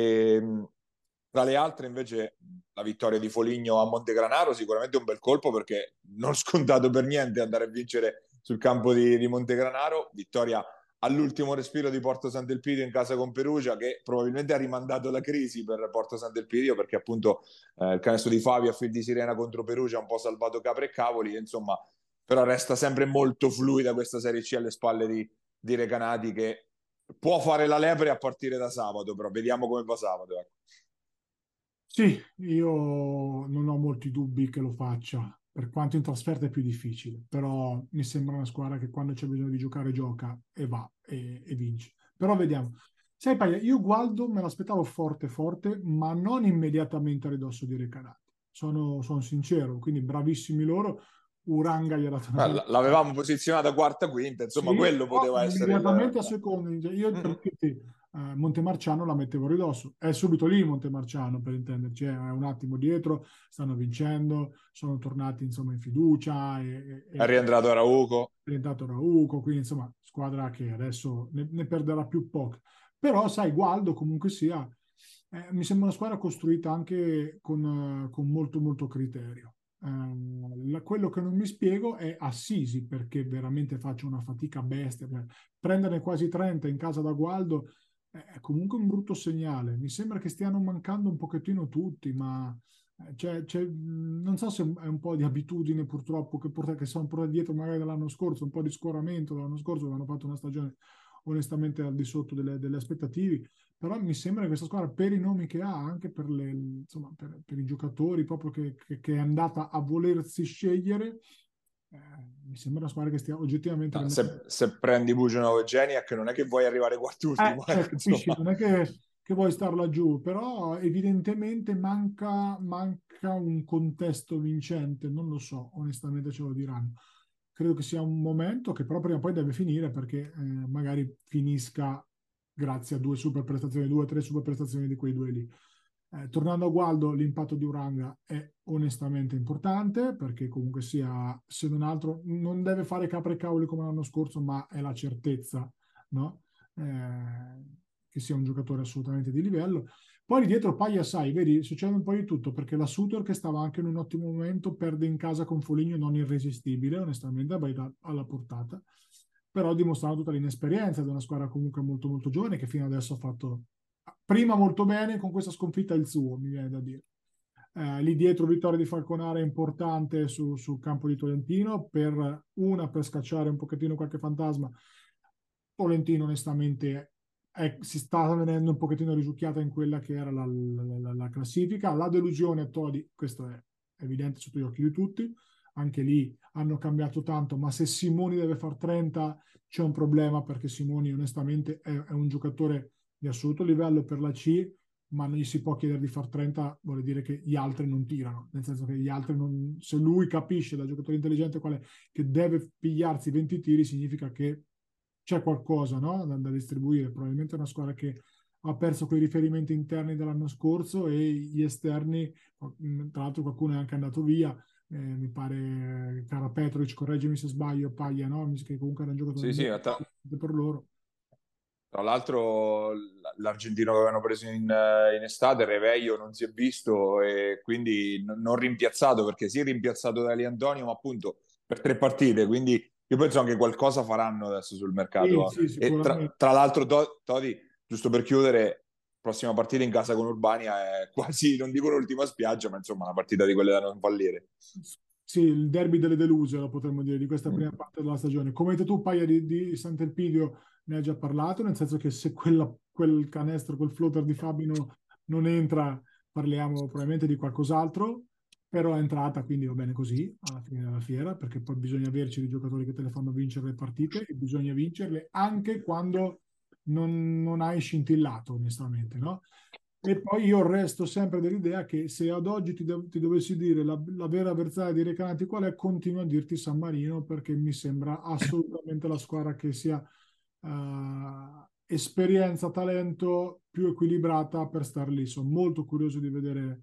B: E tra le altre invece la vittoria di Foligno a Montegranaro, sicuramente un bel colpo, perché non scontato per niente andare a vincere sul campo di, di Montegranaro. Vittoria all'ultimo respiro di Porto Sant'Elpidio in casa con Perugia, che probabilmente ha rimandato la crisi per Porto Sant'Elpidio, perché appunto eh, il canestro di Fabio a fil di sirena contro Perugia ha un po' salvato capre e cavoli, insomma, però resta sempre molto fluida questa Serie C alle spalle di, di Recanati, che può fare la lepre a partire da sabato, però vediamo come va sabato, ecco.
C: Sì, io non ho molti dubbi che lo faccia, per quanto in trasferta è più difficile, però mi sembra una squadra che quando c'è bisogno di giocare gioca e va e, e vince. Però vediamo. Sai Paia, io Gualdo me l'aspettavo forte forte, ma non immediatamente a ridosso di Recanati. Sono, sono sincero, quindi bravissimi loro. Uranga gli ha dato una...
B: Ah, l'avevamo posizionata quarta, quinta, insomma,
C: sì,
B: quello poteva essere
C: immediatamente
B: il...
C: a secondo. Io per dirti, Uh, Montemarciano la mettevo a ridosso, è subito lì Montemarciano, per intenderci, è un attimo dietro, stanno vincendo, sono tornati insomma in fiducia, e, e,
B: è rientrato Arauco,
C: è rientrato Arauco, quindi insomma squadra che adesso ne, ne perderà più poche, però sai Gualdo comunque sia, eh, mi sembra una squadra costruita anche con, uh, con molto molto criterio. Uh, la, quello che non mi spiego è Assisi, perché veramente faccio una fatica bestia per prenderne quasi trenta in casa da Gualdo. È comunque un brutto segnale. Mi sembra che stiano mancando un pochettino tutti, ma c'è, c'è, non so se è un po' di abitudine purtroppo che, porta, che sono portati dietro magari dall'anno scorso, un po' di scoramento l'anno scorso, che hanno fatto una stagione onestamente al di sotto delle, delle aspettative, però mi sembra che questa squadra, per i nomi che ha, anche per, le, insomma, per, per i giocatori proprio che, che, che è andata a volersi scegliere, Eh, mi sembra una squadra che stia oggettivamente...
B: no, se, se prendi Bugenov e Geniac non è che vuoi arrivare quart'ultimo,
C: eh, cioè,
B: ecco,
C: capisci, non è che, che vuoi star laggiù, però evidentemente manca, manca un contesto vincente, non lo so, onestamente ce lo diranno. Credo che sia un momento che però prima o poi deve finire, perché eh, magari finisca grazie a due super prestazioni, due o tre super prestazioni di quei due lì. Eh, tornando a Gualdo, l'impatto di Uranga è onestamente importante, perché comunque sia, se non altro, non deve fare capre e cavoli come l'anno scorso, ma è la certezza, no? Eh, che sia un giocatore assolutamente di livello. Poi dietro Paia, sai, vedi, succede un po' di tutto, perché la Sutor, che stava anche in un ottimo momento, perde in casa con Foligno non irresistibile, onestamente, alla portata, però dimostrando tutta l'inesperienza di una squadra comunque molto molto giovane, che fino adesso ha fatto prima molto bene, con questa sconfitta il suo, mi viene da dire. Eh, lì dietro vittoria di Falconara importante su, sul campo di Tolentino, per una per scacciare un pochettino qualche fantasma. Tolentino onestamente è, si sta venendo un pochettino risucchiata in quella che era la, la, la, la classifica. La delusione a Todi, questo è evidente sotto gli occhi di tutti, anche lì hanno cambiato tanto, ma se Simoni deve far trenta c'è un problema, perché Simoni onestamente è, è un giocatore di assoluto livello per la C, ma non gli si può chiedere di far trenta, vuol dire che gli altri non tirano, nel senso che gli altri non, se lui capisce da giocatore intelligente qual è, che deve pigliarsi venti tiri, significa che c'è qualcosa, no? da, da distribuire. Probabilmente è una squadra che ha perso quei riferimenti interni dell'anno scorso, e gli esterni, tra l'altro qualcuno è anche andato via, eh, mi pare Kara Petrovic, correggimi se sbaglio, Paglia, no? Che comunque era un giocatore
B: Sì, sì,
C: molto
B: tra,
C: importante per loro.
B: tra l'altro l'argentino che avevano preso in, in estate, Reveglio, non si è visto, e quindi non, non rimpiazzato, perché sì, rimpiazzato da Eli Antonio, ma appunto per tre partite, quindi io penso anche qualcosa faranno adesso sul
C: Sì,
B: mercato.
C: sì,
B: E tra,
C: sicuramente.
B: tra l'altro, To- Todi, giusto per chiudere, prossima partita in casa con Urbania è quasi, non dico l'ultima spiaggia, ma insomma una partita di quelle da non fallire.
C: Sì, il derby delle deluse, lo potremmo dire, di questa
B: Mm.
C: prima parte della stagione. Come hai detto tu, Paia, di, di Sant'Elpidio ne hai già parlato, nel senso che se quella, quel canestro, quel floater di Fabino non entra, parliamo probabilmente di qualcos'altro, però è entrata, quindi va bene così alla fine della fiera, perché poi bisogna averci dei giocatori che te le fanno vincere le partite, e bisogna vincerle anche quando non, non hai scintillato, onestamente, no? E poi io resto sempre dell'idea che se ad oggi ti, do- ti dovessi dire la, la vera avversaria di Recanati qual è, continuo a dirti San Marino, perché mi sembra assolutamente la squadra che sia eh, esperienza, talento più equilibrata per star lì. Sono molto curioso di vedere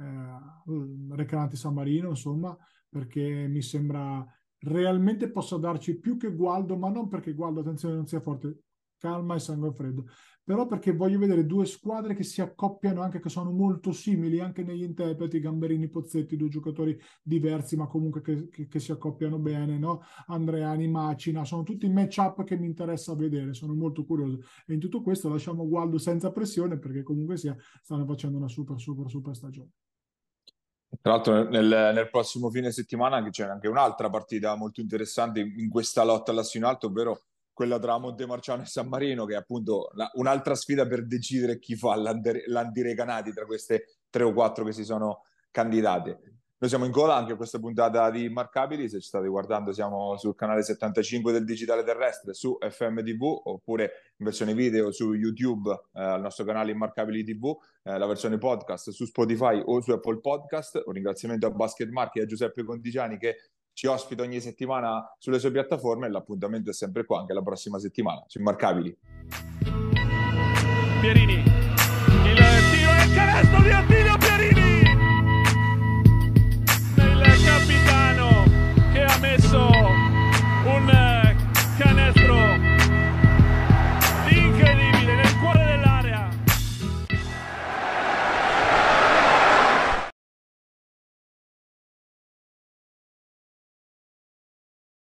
C: eh, Recanati San Marino, insomma, perché mi sembra realmente possa darci più che Gualdo, ma non perché Gualdo, attenzione, non sia forte, calma e sangue freddo, però perché voglio vedere due squadre che si accoppiano, anche che sono molto simili anche negli interpreti, Gamberini, Pozzetti, due giocatori diversi ma comunque che, che, che si accoppiano bene, no? Andreani, Macina, sono tutti match-up che mi interessa vedere, sono molto curioso, e in tutto questo lasciamo Gualdo senza pressione, perché comunque sia stanno facendo una super super super stagione.
B: Tra l'altro nel, nel prossimo fine settimana c'è anche un'altra partita molto interessante in questa lotta all'asso in alto, ovvero quella tra Montemarciano e San Marino, che è appunto la, un'altra sfida per decidere chi fa l'andirecanati tra queste tre o quattro che si sono candidate. Noi siamo in coda anche a questa puntata di Immarcabili, se ci state guardando siamo sul canale settantacinque del Digitale Terrestre su F M T V, oppure in versione video su YouTube eh, al nostro canale Immarcabili T V, eh, la versione podcast su Spotify o su Apple Podcast. Un ringraziamento a Basket Marchi e a Giuseppe Contigiani che ci ospita ogni settimana sulle sue piattaforme, e l'appuntamento è sempre qua anche la prossima settimana su Immarcabili.
A: Pierini